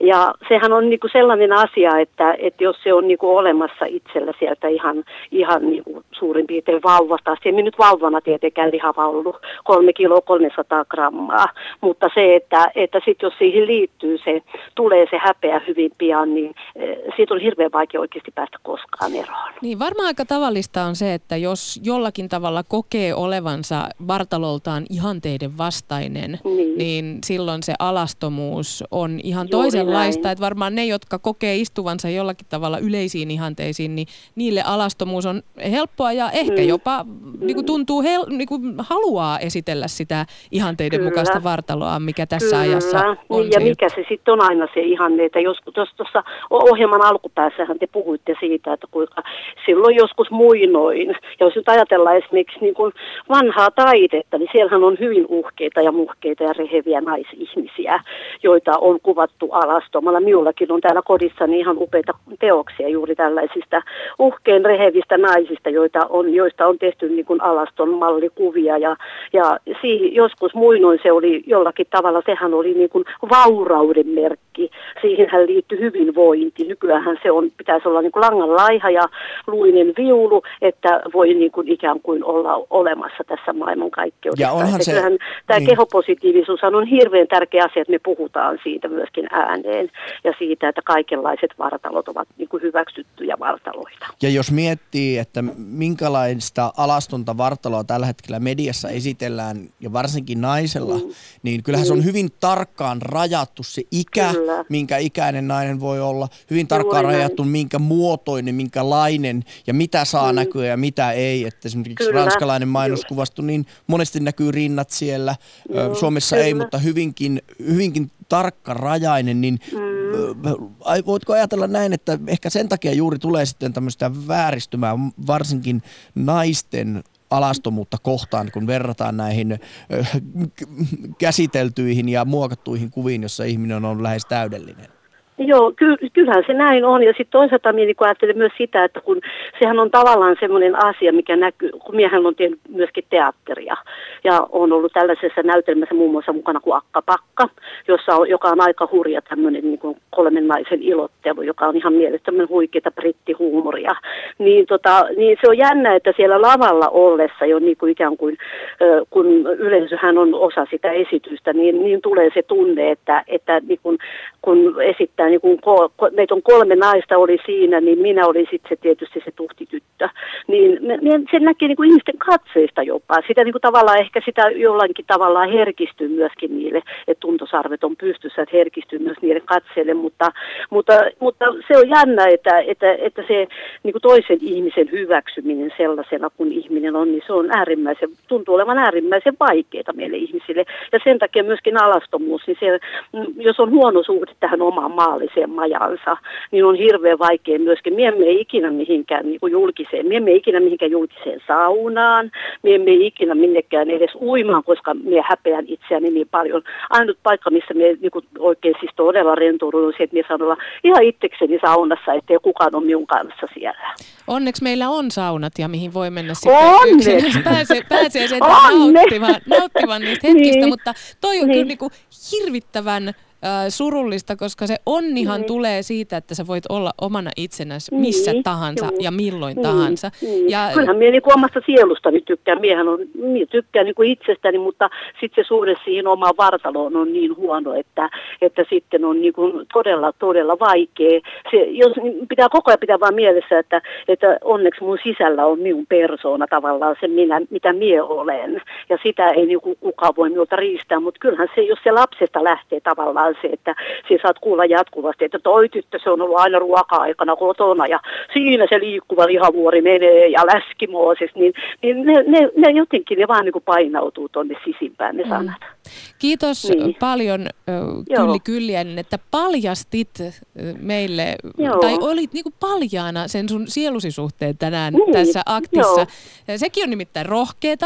Ja sehän on niinku sellainen asia, että, että jos se on niinku olemassa itsellä sieltä ihan, ihan niinku suurin piirtein vauvasta. Se ei nyt vauvana tietenkään lihava ollut kolme kiloa kolmesataa grammaa, mutta se, että, että sit jos siihen liittyy se, tulee se häpeä hyvin pian, niin siitä on hirveän vaikea oikeasti päästä koskaan eroon. Niin varmaan aika tavallista on se, että jos jollakin tavalla kokee olevansa vartaloltaan ihanteiden vastainen, niin, niin silloin se alastomuus on ihan Juuri toisenlaista. Näin. Että varmaan ne, jotka kokee istuvansa jollakin tavalla yleisiin ihanteisiin, niin niille alastomuus on helppoa ja ehkä mm. jopa mm. niin kuin tuntuu, hel, niin kuin haluaa esitellä sitä ihanteiden Kyllä. mukaista vartaloa, mikä tässä Kyllä. ajassa on. Niin, ja mikä se sitten on aina se ihanne, että joskus tuossa ohjelman alkupäässähän te puhuitte siitä, että kuinka silloin joskus muinoin, ja jos nyt ajatellaan esimerkiksi niin kuin vanhaa taidetta, niin siellähän on hyvin uhkeita ja muhkeita ja reheviä naisihmisiä, joita on kuvattu alastomalla. Minullakin on täällä kodissani ihan upeita teoksia juuri tällaisista uhkeen rehevistä naisista, joita on, joista on tehty niin kuin alaston mallikuvia. Ja, ja siihen, joskus muinoin se oli jollakin tavalla, sehän oli niin kuin vaurauden merkki. Siihenhän liittyi hyvinvointi. Nykyäänhän se on, pitäisi olla niin kuin langan laiha ja luinen viulu, että voi niin kuin ikään kuin olla olemassa tässä maailmankaikkeudessa. Ja onhan se, tämä niin. kehopositiivisuus on hirveän tärkeä asia, että me puhutaan siitä myöskin ääneen ja siitä, että kaikenlaiset vartalot ovat niin kuin hyväksyttyjä vartaloita. Ja jos miettii, että minkälaista alastonta vartaloa tällä hetkellä mediassa esitellään ja varsinkin naisella, mm. niin kyllähän mm. se on hyvin tarkkaan rajattu se ikä, Kyllä. minkä ikäinen nainen voi olla, hyvin tarkkaan Juuri rajattu, näin. minkä muotoinen, minkälainen ja mitä saa mm. näkyä ja mitä ei. Että esimerkiksi Kyllä. ranskalainen mainoskuvasto, niin monesti näkyy rinnat siellä, Joo, Suomessa Kyllä. ei, mutta hyvinkin, hyvinkin tarkkarajainen, niin mm. voitko ajatella näin, että ehkä sen takia juuri tulee sitten tämmöistä vääristymää, varsinkin naisten alastomuutta kohtaan, kun verrataan näihin käsiteltyihin ja muokattuihin kuviin, jossa ihminen on lähes täydellinen? Joo, ky- kyllähän se näin on. Ja sitten toisaalta minä niin ajattelen myös sitä, että kun sehän on tavallaan semmoinen asia, mikä näkyy, kun miehän on tehnyt myöskin teatteria. Ja on ollut tällaisessa näytelmässä muun muassa mukana kuin Akkapakka, jossa on, joka on aika hurja tämmöinen niin kuin kolmen naisen ilottelu, joka on ihan mielettömän huikeata brittihuumoria. Niin, tota, niin se on jännä, että siellä lavalla ollessa jo niin kuin ikään kuin, kun yleisöhän on osa sitä esitystä, niin, niin tulee se tunne, että, että niin kuin, kun esittää niin kun ko- meitä on kolme naista oli siinä, niin minä olin sitten se, tietysti se tuhtityttö. Niin se näkee niin kuin ihmisten katseista jopa. Sitä niin kuin tavallaan ehkä sitä jollakin tavalla herkistyy myöskin niille, että tuntosarvet on pystyssä, että herkistyy myös niille katseille, mutta, mutta, mutta se on jännä, että, että, että se niin kuin toisen ihmisen hyväksyminen sellaisena kuin ihminen on, niin se on äärimmäisen, tuntuu olevan äärimmäisen vaikeaa meille ihmisille. Ja sen takia myöskin alastomuus, niin se, jos on huono suhde tähän omaan maalliseen majansa, niin on hirveän vaikea myöskin. Mie emme ikinä mihinkään niin kuin julkiseen, mie emme ikinä mihinkään julkiseen saunaan, mie emme ikinä minnekään edes uimaan, koska mie häpeän itseäni niin paljon. Ainut paikka, missä mie niin kuin oikein siis todella rentoudun, on se, että mie saan olla ihan itsekseni saunassa, ettei kukaan ole minun kanssa siellä. Onneksi meillä on saunat ja mihin voi mennä sitten yksin. Pääsee, pääsee sen nauttimaan, nauttimaan niistä hetkistä, niin. Mutta toi on niin. kyllä niin kuin hirvittävän surullista, koska se onnihan niin. tulee siitä, että sä voit olla omana itsenäsi missä niin. tahansa Joo. ja milloin niin. tahansa. Niin. Ja kyllähän minä niin omasta sielustani tykkään. Miehän on, minä tykkään niin kuin itsestäni, mutta sitten se suhde siihen omaan vartaloon on niin huono, että, että sitten on niin kuin todella, todella vaikea. Se, jos, pitää koko ajan pitää vaan mielessä, että, että onneksi mun sisällä on minun persoona tavallaan se, minä, mitä minä olen. Ja sitä ei niin kuin kukaan voi minulta riistää, mutta kyllähän se, jos se lapsesta lähtee tavallaan se, että sinä saat kuulla jatkuvasti, että toi tyttö, se on ollut aina ruoka-aikana kotona ja siinä se liikkuva lihavuori menee ja läskimooses, niin, niin ne, ne, ne jotenkin ne vaan niin kuin painautuu tuonne sisimpään ne sanat. Mm. Kiitos niin. paljon Kylli Kyljänen, että paljastit meille, Joo. tai olit niin kuin paljaana sen sun sielusi suhteen tänään niin. tässä aktissa. Joo. Sekin on nimittäin rohkeeta.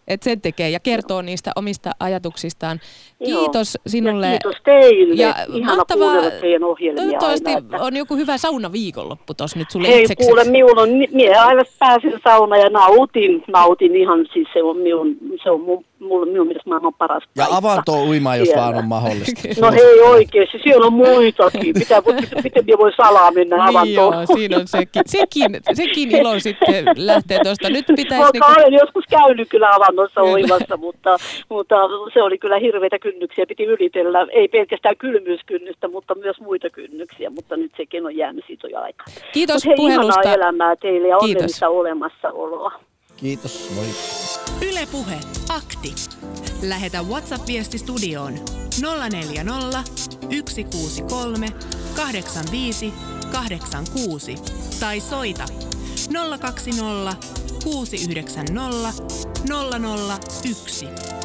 että sen tekee ja kertoo niistä omista ajatuksistaan. Joo. Kiitos sinulle. Ja kiitos teille. Ja ihana mahtavaa. kuunnella teidän ohjelmia Toivottavasti aina. Että... on joku hyvä saunaviikonloppu tuossa nyt sulle Hei, itseksi. kuule, minun on, mie aina pääsin saunaan ja nautin, nautin ihan, siis se on minun, se on mun, mulle, minun mielestä maailman paras Ja paikka. avantoon uimaan, jos siellä. vaan on mahdollista. No hei oikeesti, siellä on muitakin. Mitä, miten minä voi salaa mennä Niin avantoon? joo, siinä on sekin, sekin, sekin ilo sitten lähtee tuosta. Nyt pitäisi Vaikka niinku... olen joskus käynyt kyllä avannossa Kyllä. uimassa, mutta, mutta se oli kyllä hirveitä kynnyksiä. Piti ylitellä, ei pelkästään kylmyyskynnystä, mutta myös muita kynnyksiä, mutta nyt sekin on jäänyt siitä jo aikaa. Kiitos Mut hei, puhelusta. ihanaa elämää teille ja Kiitos. onnellista olemassaoloa. Kiitos, moi. Yle Puhe, akti. Lähetä WhatsApp-viesti studioon nolla neljä nolla, yksi kuusi kolme, kahdeksan viisi, kahdeksan kuusi tai soita nolla kaksi nolla, kuusi yhdeksän nolla, nolla nolla yksi.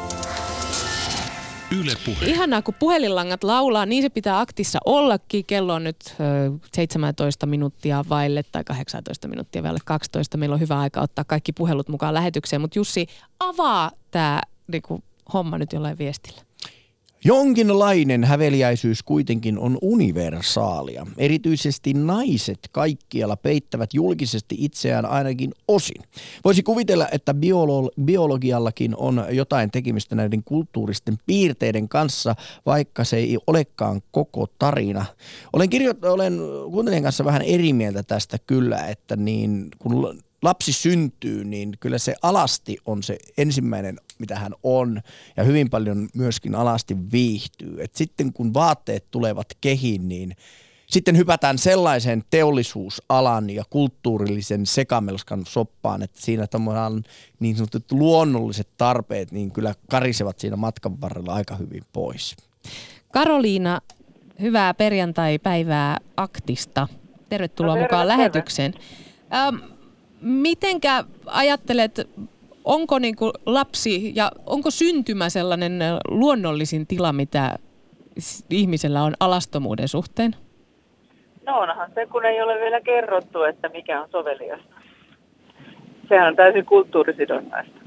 Yle Puhe. Ihanaa, kun puhelinlangat laulaa, niin se pitää aktissa ollakin. Kello on nyt ö, seitsemäntoista minuuttia vaille tai kahdeksantoista minuuttia vaille kaksitoista. Meillä on hyvä aika ottaa kaikki puhelut mukaan lähetykseen, mutta Jussi, avaa tämä niinku, homma nyt jollain viestillä. Jonkinlainen häveliäisyys kuitenkin on universaalia. Erityisesti naiset kaikkialla peittävät julkisesti itseään ainakin osin. Voisi kuvitella, että biolo- biologiallakin on jotain tekemistä näiden kulttuuristen piirteiden kanssa, vaikka se ei olekaan koko tarina. Olen, kirjo- olen kuuntelijan kanssa vähän eri mieltä tästä kyllä, että niin kun lapsi syntyy, niin kyllä se alasti on se ensimmäinen, mitä hän on, ja hyvin paljon myöskin alasti viihtyy. Et sitten kun vaatteet tulevat kehiin, niin sitten hypätään sellaisen teollisuusalan ja kulttuurillisen sekamelskan soppaan, että siinä tommoinen niin sanotut luonnolliset tarpeet niin kyllä karisevat siinä matkan varrella aika hyvin pois. Karoliina, hyvää perjantai-päivää aktista. Tervetuloa No, terve, mukaan terve. lähetykseen. Ähm, mitenkä ajattelet, onko niinku lapsi ja onko syntymä sellainen luonnollisin tila, mitä ihmisellä on alastomuuden suhteen? No onhan se, kun ei ole vielä kerrottu, että mikä on soveliasta. Sehän on täysin kulttuurisidonnaista.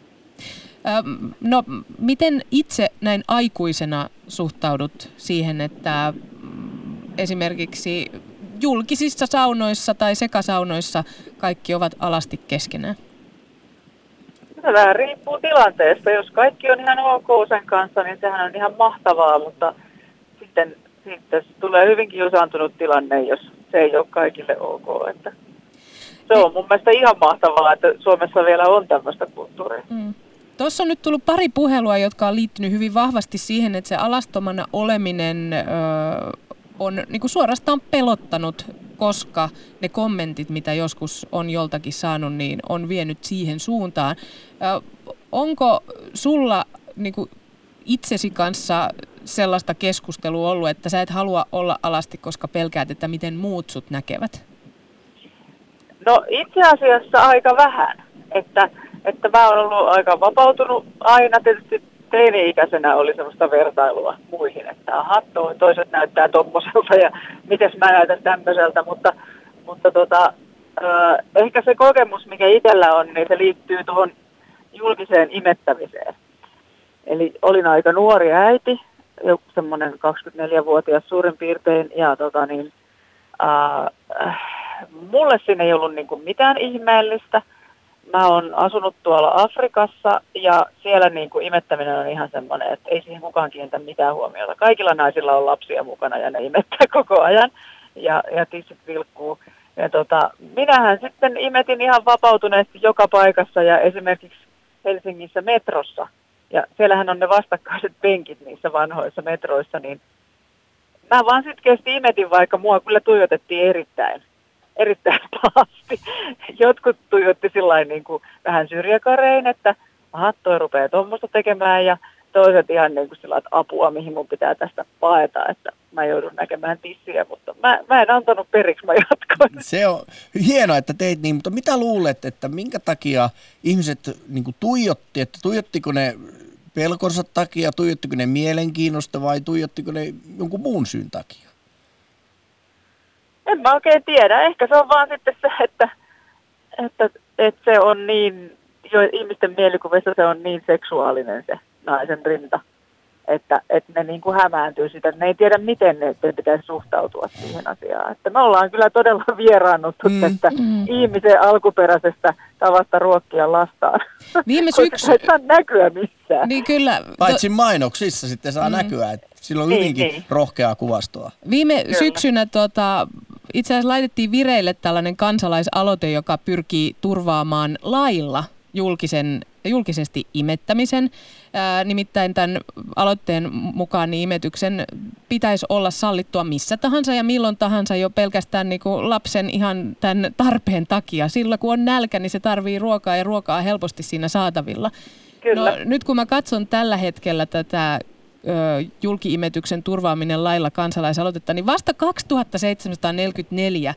Ähm, no, miten itse näin aikuisena suhtaudut siihen, että mm, esimerkiksi julkisissa saunoissa tai sekasaunoissa kaikki ovat alasti keskenään? Se vähän riippuu tilanteesta. Jos kaikki on ihan ok sen kanssa, niin sehän on ihan mahtavaa, mutta sitten, sitten tulee hyvin kiusaantunut tilanne, jos se ei ole kaikille ok. Että se on mun mielestä ihan mahtavaa, että Suomessa vielä on tämmöistä kulttuuria. Mm. Tuossa on nyt tullut pari puhelua, jotka on liittynyt hyvin vahvasti siihen, että se alastomana oleminen ö, on niin kuin suorastaan pelottanut, koska ne kommentit, mitä joskus on joltakin saanut, niin on vienyt siihen suuntaan. Ö, onko sulla niin kuin itsesi kanssa sellaista keskustelua ollut, että sä et halua olla alasti, koska pelkäät, että miten muut sut näkevät? No itse asiassa aika vähän, että, että mä oon ollut aika vapautunut aina. Tietysti teini-ikäisenä oli semmoista vertailua muihin, että aha, toiset näyttää tommoselta ja mites mä näytän tämmöiseltä, mutta, mutta tota, äh, ehkä se kokemus, mikä itsellä on, niin se liittyy tuohon julkiseen imettämiseen. Eli olin aika nuori äiti, semmoinen kaksikymmentäneljävuotias suurin piirtein, ja tota niin, äh, mulle siinä ei ollut niin kuin mitään ihmeellistä. Mä oon asunut tuolla Afrikassa ja siellä niin kuin imettäminen on ihan semmoinen, että ei siihen kukaan kiinnitä mitään huomiota. Kaikilla naisilla on lapsia mukana ja ne imettää koko ajan ja, ja tissit vilkkuu. Ja tota, minähän sitten imetin ihan vapautuneesti joka paikassa ja esimerkiksi Helsingissä metrossa. Ja siellähän on ne vastakkaiset penkit niissä vanhoissa metroissa, niin mä vaan sitkeästi imetin, vaikka mua kyllä tuijotettiin erittäin. erittäin pahasti. Jotkut tuijotti sillain niin kuin vähän syrjäkarein, että aha, toi rupeaa tuommoista tekemään ja toiset ihan niin kuin sillä, että apua, mihin mun pitää tästä paeta, että mä joudun näkemään tissiä, mutta mä, mä en antanut periksi, mä jatkoin. Se on hienoa, että teit niin, mutta mitä luulet, että minkä takia ihmiset niin kuin tuijotti, että tuijottiko ne pelkonsa takia, tuijottiko ne mielenkiinnosta vai tuijottiko ne jonkun muun syyn takia? En mä oikein tiedä. Ehkä se on vaan sitten se, että, että, että se on niin jo ihmisten mielikuvissa se on niin seksuaalinen se naisen rinta, että, että ne niin kuin hämääntyy sitä. Ne ei tiedä, miten ne pitäisi suhtautua siihen asiaan. Että me ollaan kyllä todella vieraannuttu mm, tästä mm. ihmisen alkuperäisestä tavasta ruokkia lastaan. Viime syksy... ei saa näkyä missään. Niin kyllä. Paitsi mainoksissa sitten saa mm. näkyä, että sillä on hyvinkin niin, niin. rohkeaa kuvastoa. Viime kyllä. syksynä tota, itse asiassa laitettiin vireille tällainen kansalaisaloite, joka pyrkii turvaamaan lailla julkisen, julkisesti imettämisen. Ää, nimittäin tämän aloitteen mukaan niin imetyksen pitäisi olla sallittua missä tahansa ja milloin tahansa jo pelkästään niin kuin lapsen ihan tämän tarpeen takia. Silloin kun on nälkä, niin se tarvii ruokaa ja ruokaa helposti siinä saatavilla. Kyllä. No, nyt kun mä katson tällä hetkellä tätä ö, julki-imetyksen turvaaminen lailla kansalaisaloitetta, niin vasta kaksituhattaseitsemänsataaneljäkymmentäneljä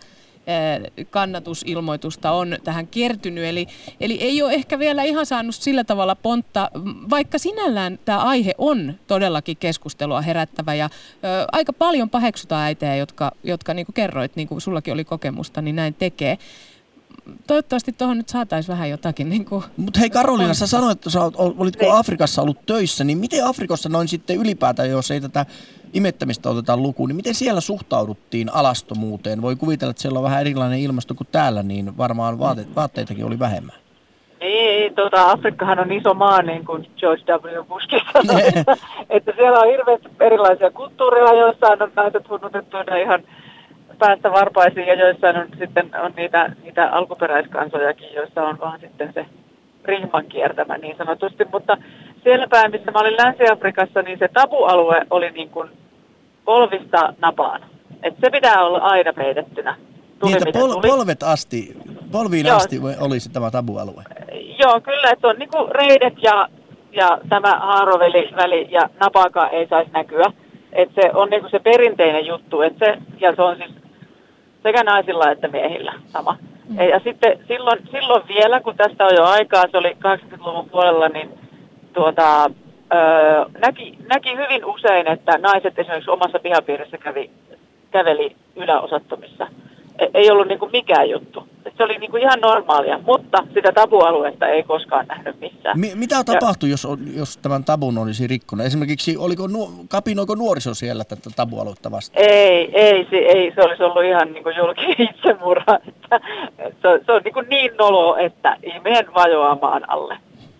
kannatusilmoitusta on tähän kertynyt, eli, eli ei ole ehkä vielä ihan saanut sillä tavalla pontta, vaikka sinällään tämä aihe on todellakin keskustelua herättävä ja ö, aika paljon paheksutaan äitejä, jotka, jotka niin kuin kerroit, niin kuin sullakin oli kokemusta, niin näin tekee. Toivottavasti tuohon nyt saataisiin vähän jotakin. Niin kuin mutta hei Karoliina, sä sanoit, että sä olitko Hei. Afrikassa ollut töissä, niin miten Afrikassa noin sitten ylipäätään, jos ei tätä imettämistä oteta lukuun, niin miten siellä suhtauduttiin alastomuuteen? Voi kuvitella, että siellä on vähän erilainen ilmasto kuin täällä, niin varmaan vaate, vaatteitakin oli vähemmän. Ei, tota, Afrikkahan on iso maa, niin kuin George W. Bushkin sanoi, että, että siellä on hirveästi erilaisia kulttuureja, joissain on naiset hunnutettuina ihan päästä varpaisiin ja joissain on sitten on niitä, niitä alkuperäiskansojakin, joissa on vaan sitten se rihman kiertämä niin sanotusti, mutta siellä päin, missä mä olin Länsi-Afrikassa, niin se tabualue oli niin kuin polvista napaan. Että se pitää olla aina peitettynä. Tuli, niin, että pol- tuli. polvet asti, polviin Joo. asti oli se tämä tabualue. Joo, kyllä, että on niin kuin reidet ja, ja tämä haaroväli väli ja napakaan ei saisi näkyä. Että se on niin kuin se perinteinen juttu, että se, ja se on siis sekä naisilla että miehillä sama. Mm. Ja sitten silloin, silloin vielä, kun tästä on jo aikaa, se oli kahdeksankymmentäluvun puolella, niin tuota, öö, näki, näki hyvin usein, että naiset esimerkiksi omassa pihapiirissä kävi, käveli yläosattomissa. Ei ollut niin kuin mikään juttu. Se oli niin kuin ihan normaalia, mutta sitä tabualuetta ei koskaan nähnyt missään. Mi- mitä tapahtui, jos, jos tämän tabun olisi rikkonut? Esimerkiksi oliko nu- kapinoiko nuoriso siellä tätä tabualuetta vastaan? Ei, ei, se, ei, se olisi ollut ihan niin kuin julkinen itsemurha. Että, se, se on niin, kuin niin nolo, että ihmeen vajoaa maan alle.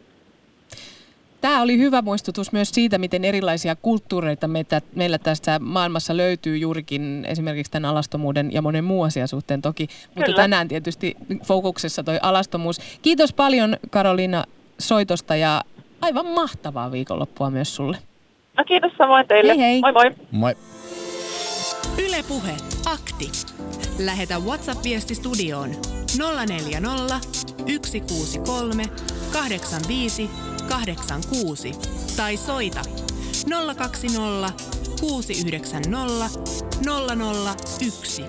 Tämä oli hyvä muistutus myös siitä, miten erilaisia kulttuureita meitä, meillä tässä maailmassa löytyy juurikin esimerkiksi tämän alastomuuden ja monen muun asian suhteen toki. Mutta Kyllä. tänään tietysti fokuksessa toi alastomuus. Kiitos paljon Karoliina soitosta ja aivan mahtavaa viikonloppua myös sulle. No kiitos samoin teille. Hei hei. Moi moi. Moi. Yle Puhe. Akti. Lähetä WhatsApp-viesti studioon nolla neljä nolla, yksi kuusi kolme, kahdeksan viisi, kahdeksan kuusi tai soita nolla kaksi nolla, kuusi yhdeksän nolla, nolla nolla yksi.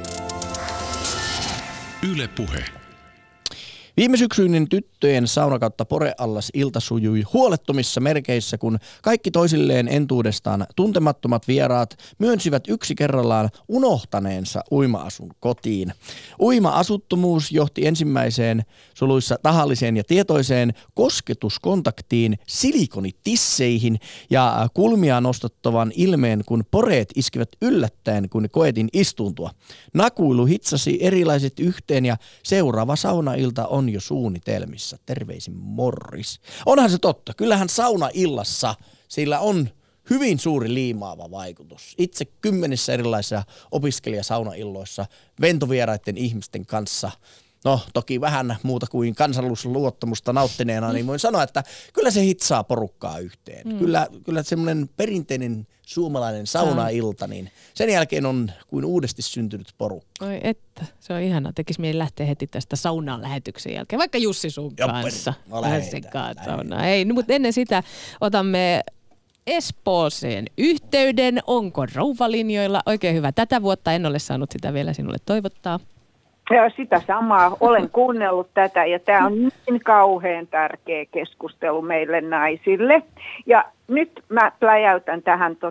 Yle Puhe. Viime syksyinen tyttöjen sauna kautta poreallas ilta sujui huolettomissa merkeissä, kun kaikki toisilleen entuudestaan tuntemattomat vieraat myönsivät yksi kerrallaan unohtaneensa uima-asun kotiin. Uima-asuttomuus johti ensimmäiseen suluissa tahalliseen ja tietoiseen kosketuskontaktiin silikonitisseihin ja kulmia nostattavan ilmeen, kun poreet iskivät yllättäen, kun koetin istuntua. Nakuilu hitsasi erilaiset yhteen ja seuraava saunailta on jo suunnitelmissa. Terveisin Morris. Onhan se totta. Kyllähän saunaillassa sillä on hyvin suuri liimaava vaikutus. Itse kymmenissä erilaisissa opiskelijasaunailloissa ventovieraiden ihmisten kanssa, no toki vähän muuta kuin kansallisuusluottamusta nauttineena, niin voin sanoa, että kyllä se hitsaa porukkaa yhteen. Mm. Kyllä, kyllä semmoinen perinteinen suomalainen saunailta, niin sen jälkeen on kuin uudesti syntynyt porukka. Oi että, se on ihanaa. Tekisi mieli lähteä heti tästä saunaan lähetyksen jälkeen, vaikka Jussi sun kanssa. No lähetään. Ei, no, mutta ennen sitä otamme Espooseen yhteyden. Onko rouvalinjoilla? Oikein hyvä. Tätä vuotta en ole saanut sitä vielä sinulle toivottaa. Ja sitä samaa. Olen kuunnellut tätä ja tämä on niin kauhean tärkeä keskustelu meille naisille. Ja nyt mä pläjäytän tähän tota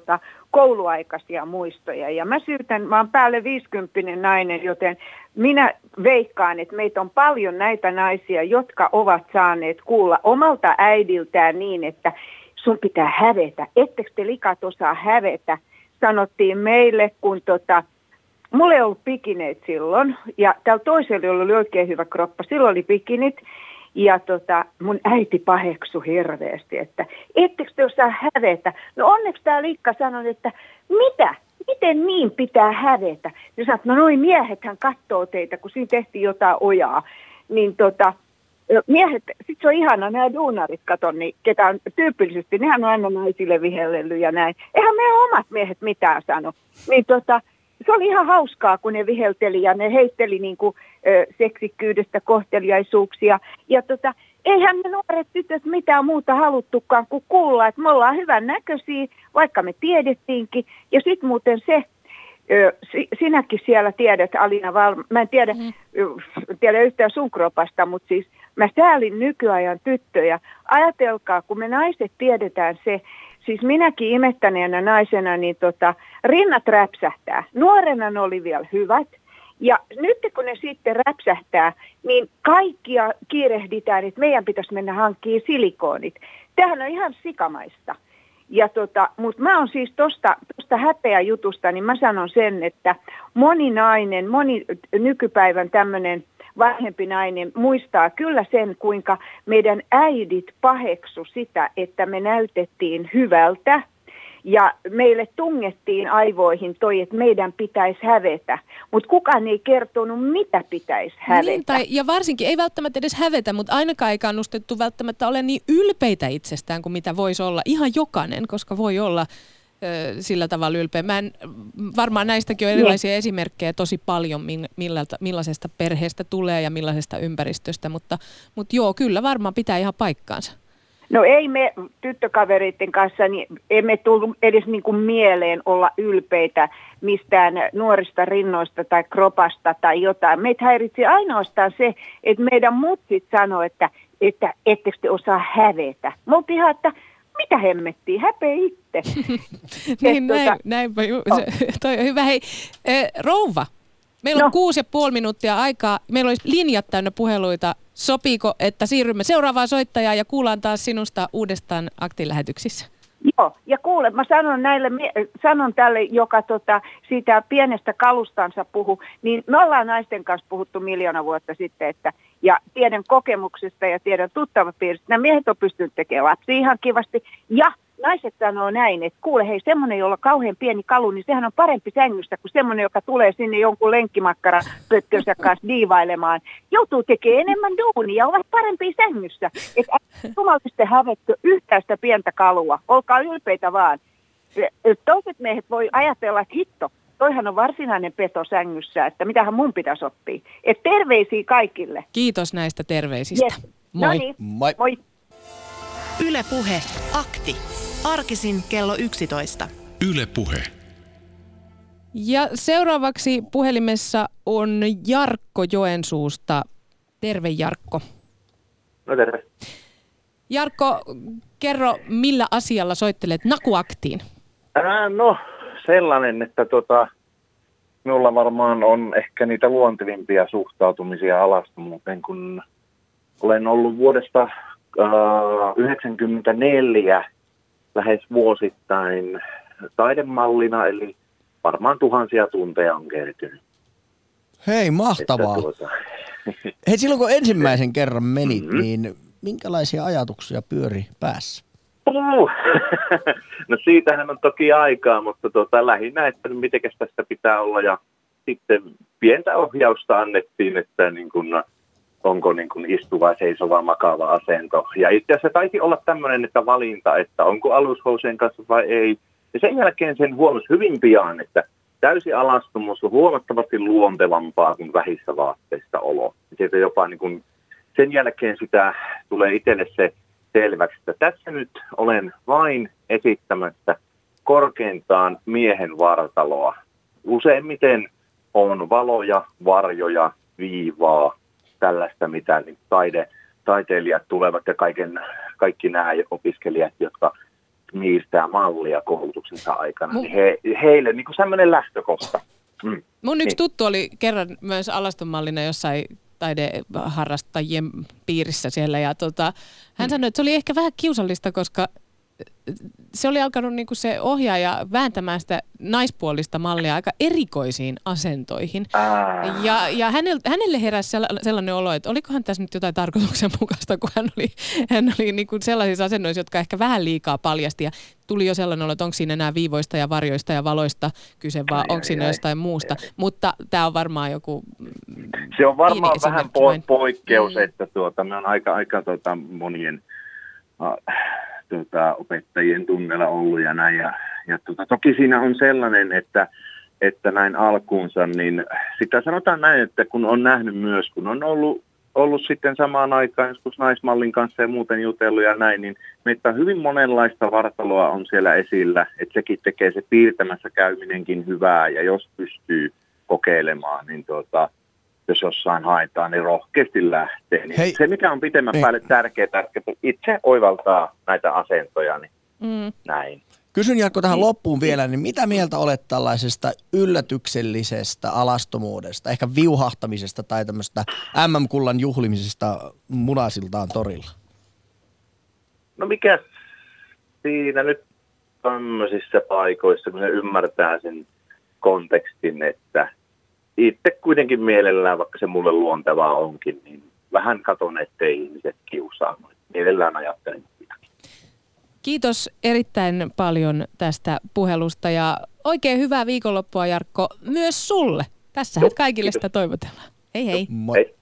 kouluaikaisia muistoja. Ja mä syytän, mä oon päälle viisikymppinen nainen, joten minä veikkaan, että meitä on paljon näitä naisia, jotka ovat saaneet kuulla omalta äidiltään niin, että sun pitää hävetä. Ettekö te likat osaa hävetä? Sanottiin meille, kun tota, mulla ei ollut pikineet silloin, ja tällä toisella oli oikein hyvä kroppa, silloin oli pikinit, ja tota, mun äiti paheksui hirveästi, että ettekö te osaa hävetä? No onneksi tämä likka sanoi, että mitä? Miten niin pitää hävetä? Ja sanoi, no noin miehethän katsoo teitä, kun siinä tehtiin jotain ojaa, niin tota, miehet, sit se on ihana, nämä duunarit, katon, niin ketä on tyypillisesti, nehän on aina naisille vihellellyt ja näin. Eihän meidän omat miehet mitään sano. Niin tota, se oli ihan hauskaa, kun ne vihelteli ja ne heitteli niin kuin, ö, seksikkyydestä kohteliaisuuksia. Ja tota, eihän ne nuoret tytöt mitään muuta haluttukaan kuin kuulla, että me ollaan hyvän näköisiä, vaikka me tiedettiinkin. Ja sitten muuten se, ö, si, sinäkin siellä tiedät, Alina Val, mä en tiedä, mm. tiedä yhtään sun kropasta, mutta siis mä säälin nykyajan tyttöjä. Ajatelkaa, kun me naiset tiedetään se, siis minäkin imettäneenä naisena, niin tota, rinnat räpsähtää. Nuorena ne oli vielä hyvät. Ja nyt kun ne sitten räpsähtää, niin kaikkia kiirehditään, että meidän pitäisi mennä hankkimaan silikoonit. Tämähän on ihan sikamaista. Ja tota, mutta mä oon siis tosta, tosta häpeä jutusta, niin mä sanon sen, että moni nainen, moni nykypäivän tämmöinen vanhempi nainen muistaa kyllä sen, kuinka meidän äidit paheksu sitä, että me näytettiin hyvältä ja meille tungettiin aivoihin toi, että meidän pitäisi hävetä, mutta kukaan ei kertonut, mitä pitäisi hävetä. Niin, tai, ja varsinkin ei välttämättä edes hävetä, mutta ainakaan ei kannustettu välttämättä ole niin ylpeitä itsestään kuin mitä voisi olla ihan jokainen, koska voi olla sillä tavalla ylpeä. Mä en, varmaan näistäkin on erilaisia no. esimerkkejä tosi paljon, millalta, millaisesta perheestä tulee ja millaisesta ympäristöstä, mutta, mutta joo, kyllä varmaan pitää ihan paikkaansa. No ei me tyttökavereiden kanssa, niin emme tullut edes niin kuin mieleen olla ylpeitä mistään nuorista rinnoista tai kropasta tai jotain. Meitä häiritsi ainoastaan se, että meidän mutsit sanoi, että, että ettekö te osaa hävetä. Me oltiin ihan, että mitä hemmettiin, häpeä itse. niin, näin, tuota, näinpä, ju, se, toi on hyvä. Hei, äh, rouva, meillä on no. kuusi ja puoli minuuttia aikaa. Meillä olisi linjat täynnä puheluita. Sopiiko, että siirrymme seuraavaan soittajaan ja kuullaan taas sinusta uudestaan aktiilähetyksissä? Joo, ja kuule, mä sanon, näille, sanon tälle, joka tota, siitä pienestä kalustansa puhu, niin me ollaan naisten kanssa puhuttu miljoona vuotta sitten, että, ja tiedän kokemuksesta ja tiedän tuttavapiiristä, nämä miehet on pystynyt tekemään lapsia ihan kivasti, ja naiset sanoo näin, että kuule hei, semmoinen, jolla on kauhean pieni kalu, niin sehän on parempi sängystä kuin semmoinen, joka tulee sinne jonkun lenkkimakkaran pötkönsä kanssa diivailemaan. Joutuu tekemään enemmän duunia ja ovat parempia sängyssä. Että jumaliste hävetkö yhtään sitä pientä kalua. Olkaa ylpeitä vaan. Toiset miehet voi ajatella, että hitto, toihan on varsinainen peto sängyssä, että mitähän mun pitäisi oppia. Että terveisiä kaikille. Kiitos näistä terveisistä. Yes. Moi. No niin. Moi. Moi. Yle Puhe. Akti. Arkisin kello yksitoista. Yle Puhe. Ja seuraavaksi puhelimessa on Jarkko Joensuusta. Terve Jarkko. No terve. Jarkko, kerro millä asialla soittelet Nakuaktiin? Ää, no sellainen, että tota, minulla varmaan on ehkä niitä luontevimpia suhtautumisia alastomuuteen, kun olen ollut vuodesta äh, yhdeksänkymmentäneljä lähes vuosittain taidemallina, eli varmaan tuhansia tunteja on kertynyt. Hei, mahtavaa. Tuota... Hei, silloin kun ensimmäisen kerran menit, mm-hmm. niin minkälaisia ajatuksia pyöri päässä? Uh. No siitähän on toki aikaa, mutta tuota, lähinnä, että mitenkäs tästä pitää olla. Ja sitten pientä ohjausta annettiin, että niin kun, onko niin kun istuva, seisova, makaava asento. Ja itse asiassa taisi olla tämmöinen, että valinta, että onko alushousien kanssa vai ei. Ja sen jälkeen sen huomasi hyvin pian, että täysi alastomuus on huomattavasti luontevampaa kuin vähissä vaatteista olo. Siitä jopa niin kun sen jälkeen sitä tulee itselle se selväksi, että tässä nyt olen vain esittämässä korkeintaan miehen vartaloa. Useimmiten on valoja, varjoja, viivaa, tällaista mitä niin taide, taiteilijat tulevat ja kaiken, kaikki nämä opiskelijat, jotka niistä mallia koulutuksensa aikana, Mun... niin he, heille niin kuin semmoinen lähtökohta. Mm. Mun yksi niin. tuttu oli kerran myös alastomallina jossain taideharrastajien piirissä siellä ja tota, hän mm. sanoi, että se oli ehkä vähän kiusallista, koska se oli alkanut niinku se ohjaaja vääntämään sitä naispuolista mallia aika erikoisiin asentoihin. Ah. Ja, ja hänelle, hänelle heräsi sellainen olo, että olikohan tässä nyt jotain tarkoituksenmukaista, kun hän oli, hän oli niinku sellaisissa asennoissa, jotka ehkä vähän liikaa paljasti. Ja tuli jo sellainen olo, että onko siinä enää viivoista ja varjoista ja valoista kyse, vaan onko siinä jostain muusta. Ai, ai. Mutta tämä on varmaan joku Se on varmaan vähän po- poikkeus, mm. että tuota, me on aika, aika tuota, monien... Uh, Tuota, opettajien tunnella ollut ja näin. Ja, ja tuota, toki siinä on sellainen, että, että näin alkuunsa, niin sitä sanotaan näin, että kun on nähnyt myös, kun on ollut, ollut sitten samaan aikaan joskus naismallin kanssa ja muuten jutellut ja näin, niin meitä hyvin monenlaista vartaloa on siellä esillä, että sekin tekee se piirtämässä käyminenkin hyvää ja jos pystyy kokeilemaan, niin tuota, jos jossain haetaan, niin rohkeasti lähtee. Niin se, mikä on pitemmän Ei. päälle tärkeää, että itse oivaltaa näitä asentoja, niin mm. näin. Kysyn Jarkko tähän loppuun vielä, niin mitä mieltä olet tällaisesta yllätyksellisestä alastomuudesta, ehkä viuhahtamisesta tai tämmöistä äm äm-kullan juhlimisesta munaisiltaan torilla? No mikä siinä nyt tämmöisissä paikoissa, kun se ymmärtää sen kontekstin, että itse kuitenkin mielellään, vaikka se mulle luontevaa onkin, niin vähän katon, ettei ihmiset kiusaa. Mielellään ajattelen sitäkin. Kiitos erittäin paljon tästä puhelusta ja oikein hyvää viikonloppua, Jarkko, myös sulle. Tässähän Joo, kaikille kiitos. Sitä toivotellaan. Hei hei. Moi. Hei.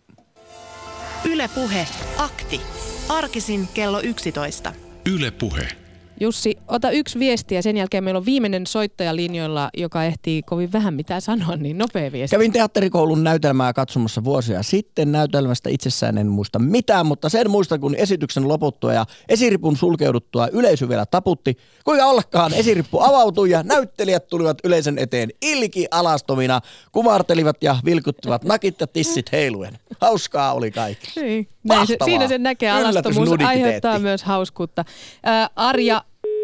Yle Puhe. Akti. Arkisin kello yksitoista. Yle Puhe. Jussi, ota yksi viesti ja sen jälkeen meillä on viimeinen soittaja linjoilla, joka ehtii kovin vähän mitään sanoa, niin nopea viesti. Kävin teatterikoulun näytelmää katsomassa vuosia sitten. Näytelmästä itsessään en muista mitään, mutta sen muista, kun esityksen loputtua ja esiripun sulkeuduttua yleisö vielä taputti. Kuinka ollakaan esirippu avautui ja näyttelijät tulivat yleisön eteen ilki alastomina, kumartelivat ja vilkuttivat nakit ja tissit heiluen. Hauskaa oli kaikille. Niin, näin se, siinä sen näkee, alastomuus aiheuttaa myös hauskuutta. Ää, Arja,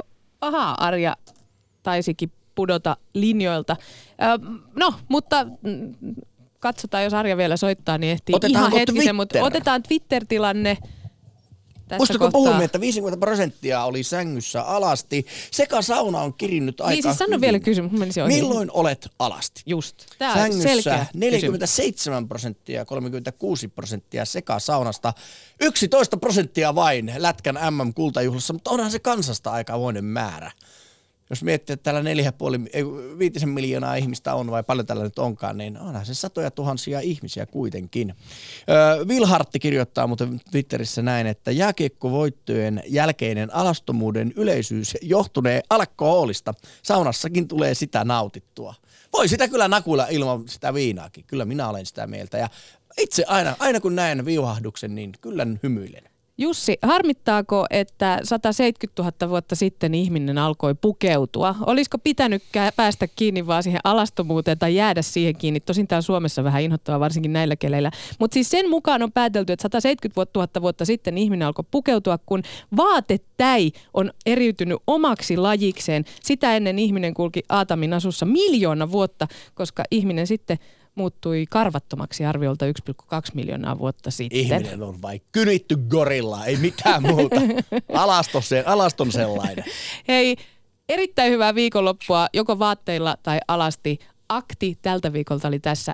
ahaa, Arja taisikin pudota linjoilta. Ää, no, mutta katsotaan, jos Arja vielä soittaa, niin ehtii Otetaanko ihan hetkisen, Twitter? mutta otetaan Twitter-tilanne. Muistatko puhumme, että viisikymmentä prosenttia oli sängyssä alasti. Sekasauna on kirinnyt aika niin, siis sano hyvin. vielä kysymys. Milloin olet alasti? Just. Tää sängyssä neljäkymmentäseitsemän prosenttia, kolmekymmentäkuusi prosenttia sekasaunasta. yksitoista prosenttia vain Lätkän äm äm-kultajuhlassa, mutta onhan se kansasta aikamoinen määrä. Jos miettii, että täällä neljä puoli, viitisen miljoonaa ihmistä on, vai paljon tällä nyt onkaan, niin onhan se satoja tuhansia ihmisiä kuitenkin. Öö, Vilhartti kirjoittaa muuten Twitterissä näin, että jääkiekkovoittojen jälkeinen alastomuuden yleisyys johtunee alkoholista. Saunassakin tulee sitä nautittua. Voi sitä kyllä nakuilla ilman sitä viinaakin. Kyllä minä olen sitä mieltä. Ja itse aina, aina kun näen viuhahduksen, niin kyllä hymyilen. Jussi, harmittaako, että sata seitsemänkymmentätuhatta vuotta sitten ihminen alkoi pukeutua? Olisiko pitänyt päästä kiinni vaan siihen alastomuuteen tai jäädä siihen kiinni? Tosin täällä Suomessa vähän inhottavaa, varsinkin näillä keleillä. Mutta siis sen mukaan on päätelty, että sata seitsemänkymmentätuhatta vuotta sitten ihminen alkoi pukeutua, kun vaatetäi on eriytynyt omaksi lajikseen. Sitä ennen ihminen kulki Aatamin asussa miljoona vuotta, koska ihminen sitten muuttui karvattomaksi arviolta yksi pilkku kaksi miljoonaa vuotta sitten. Ihminen on vain kynitty gorilla, ei mitään muuta. Alaston, se, alaston sellainen. Hei, erittäin hyvää viikonloppua, joko vaatteilla tai alasti. Akti tältä viikolta oli tässä.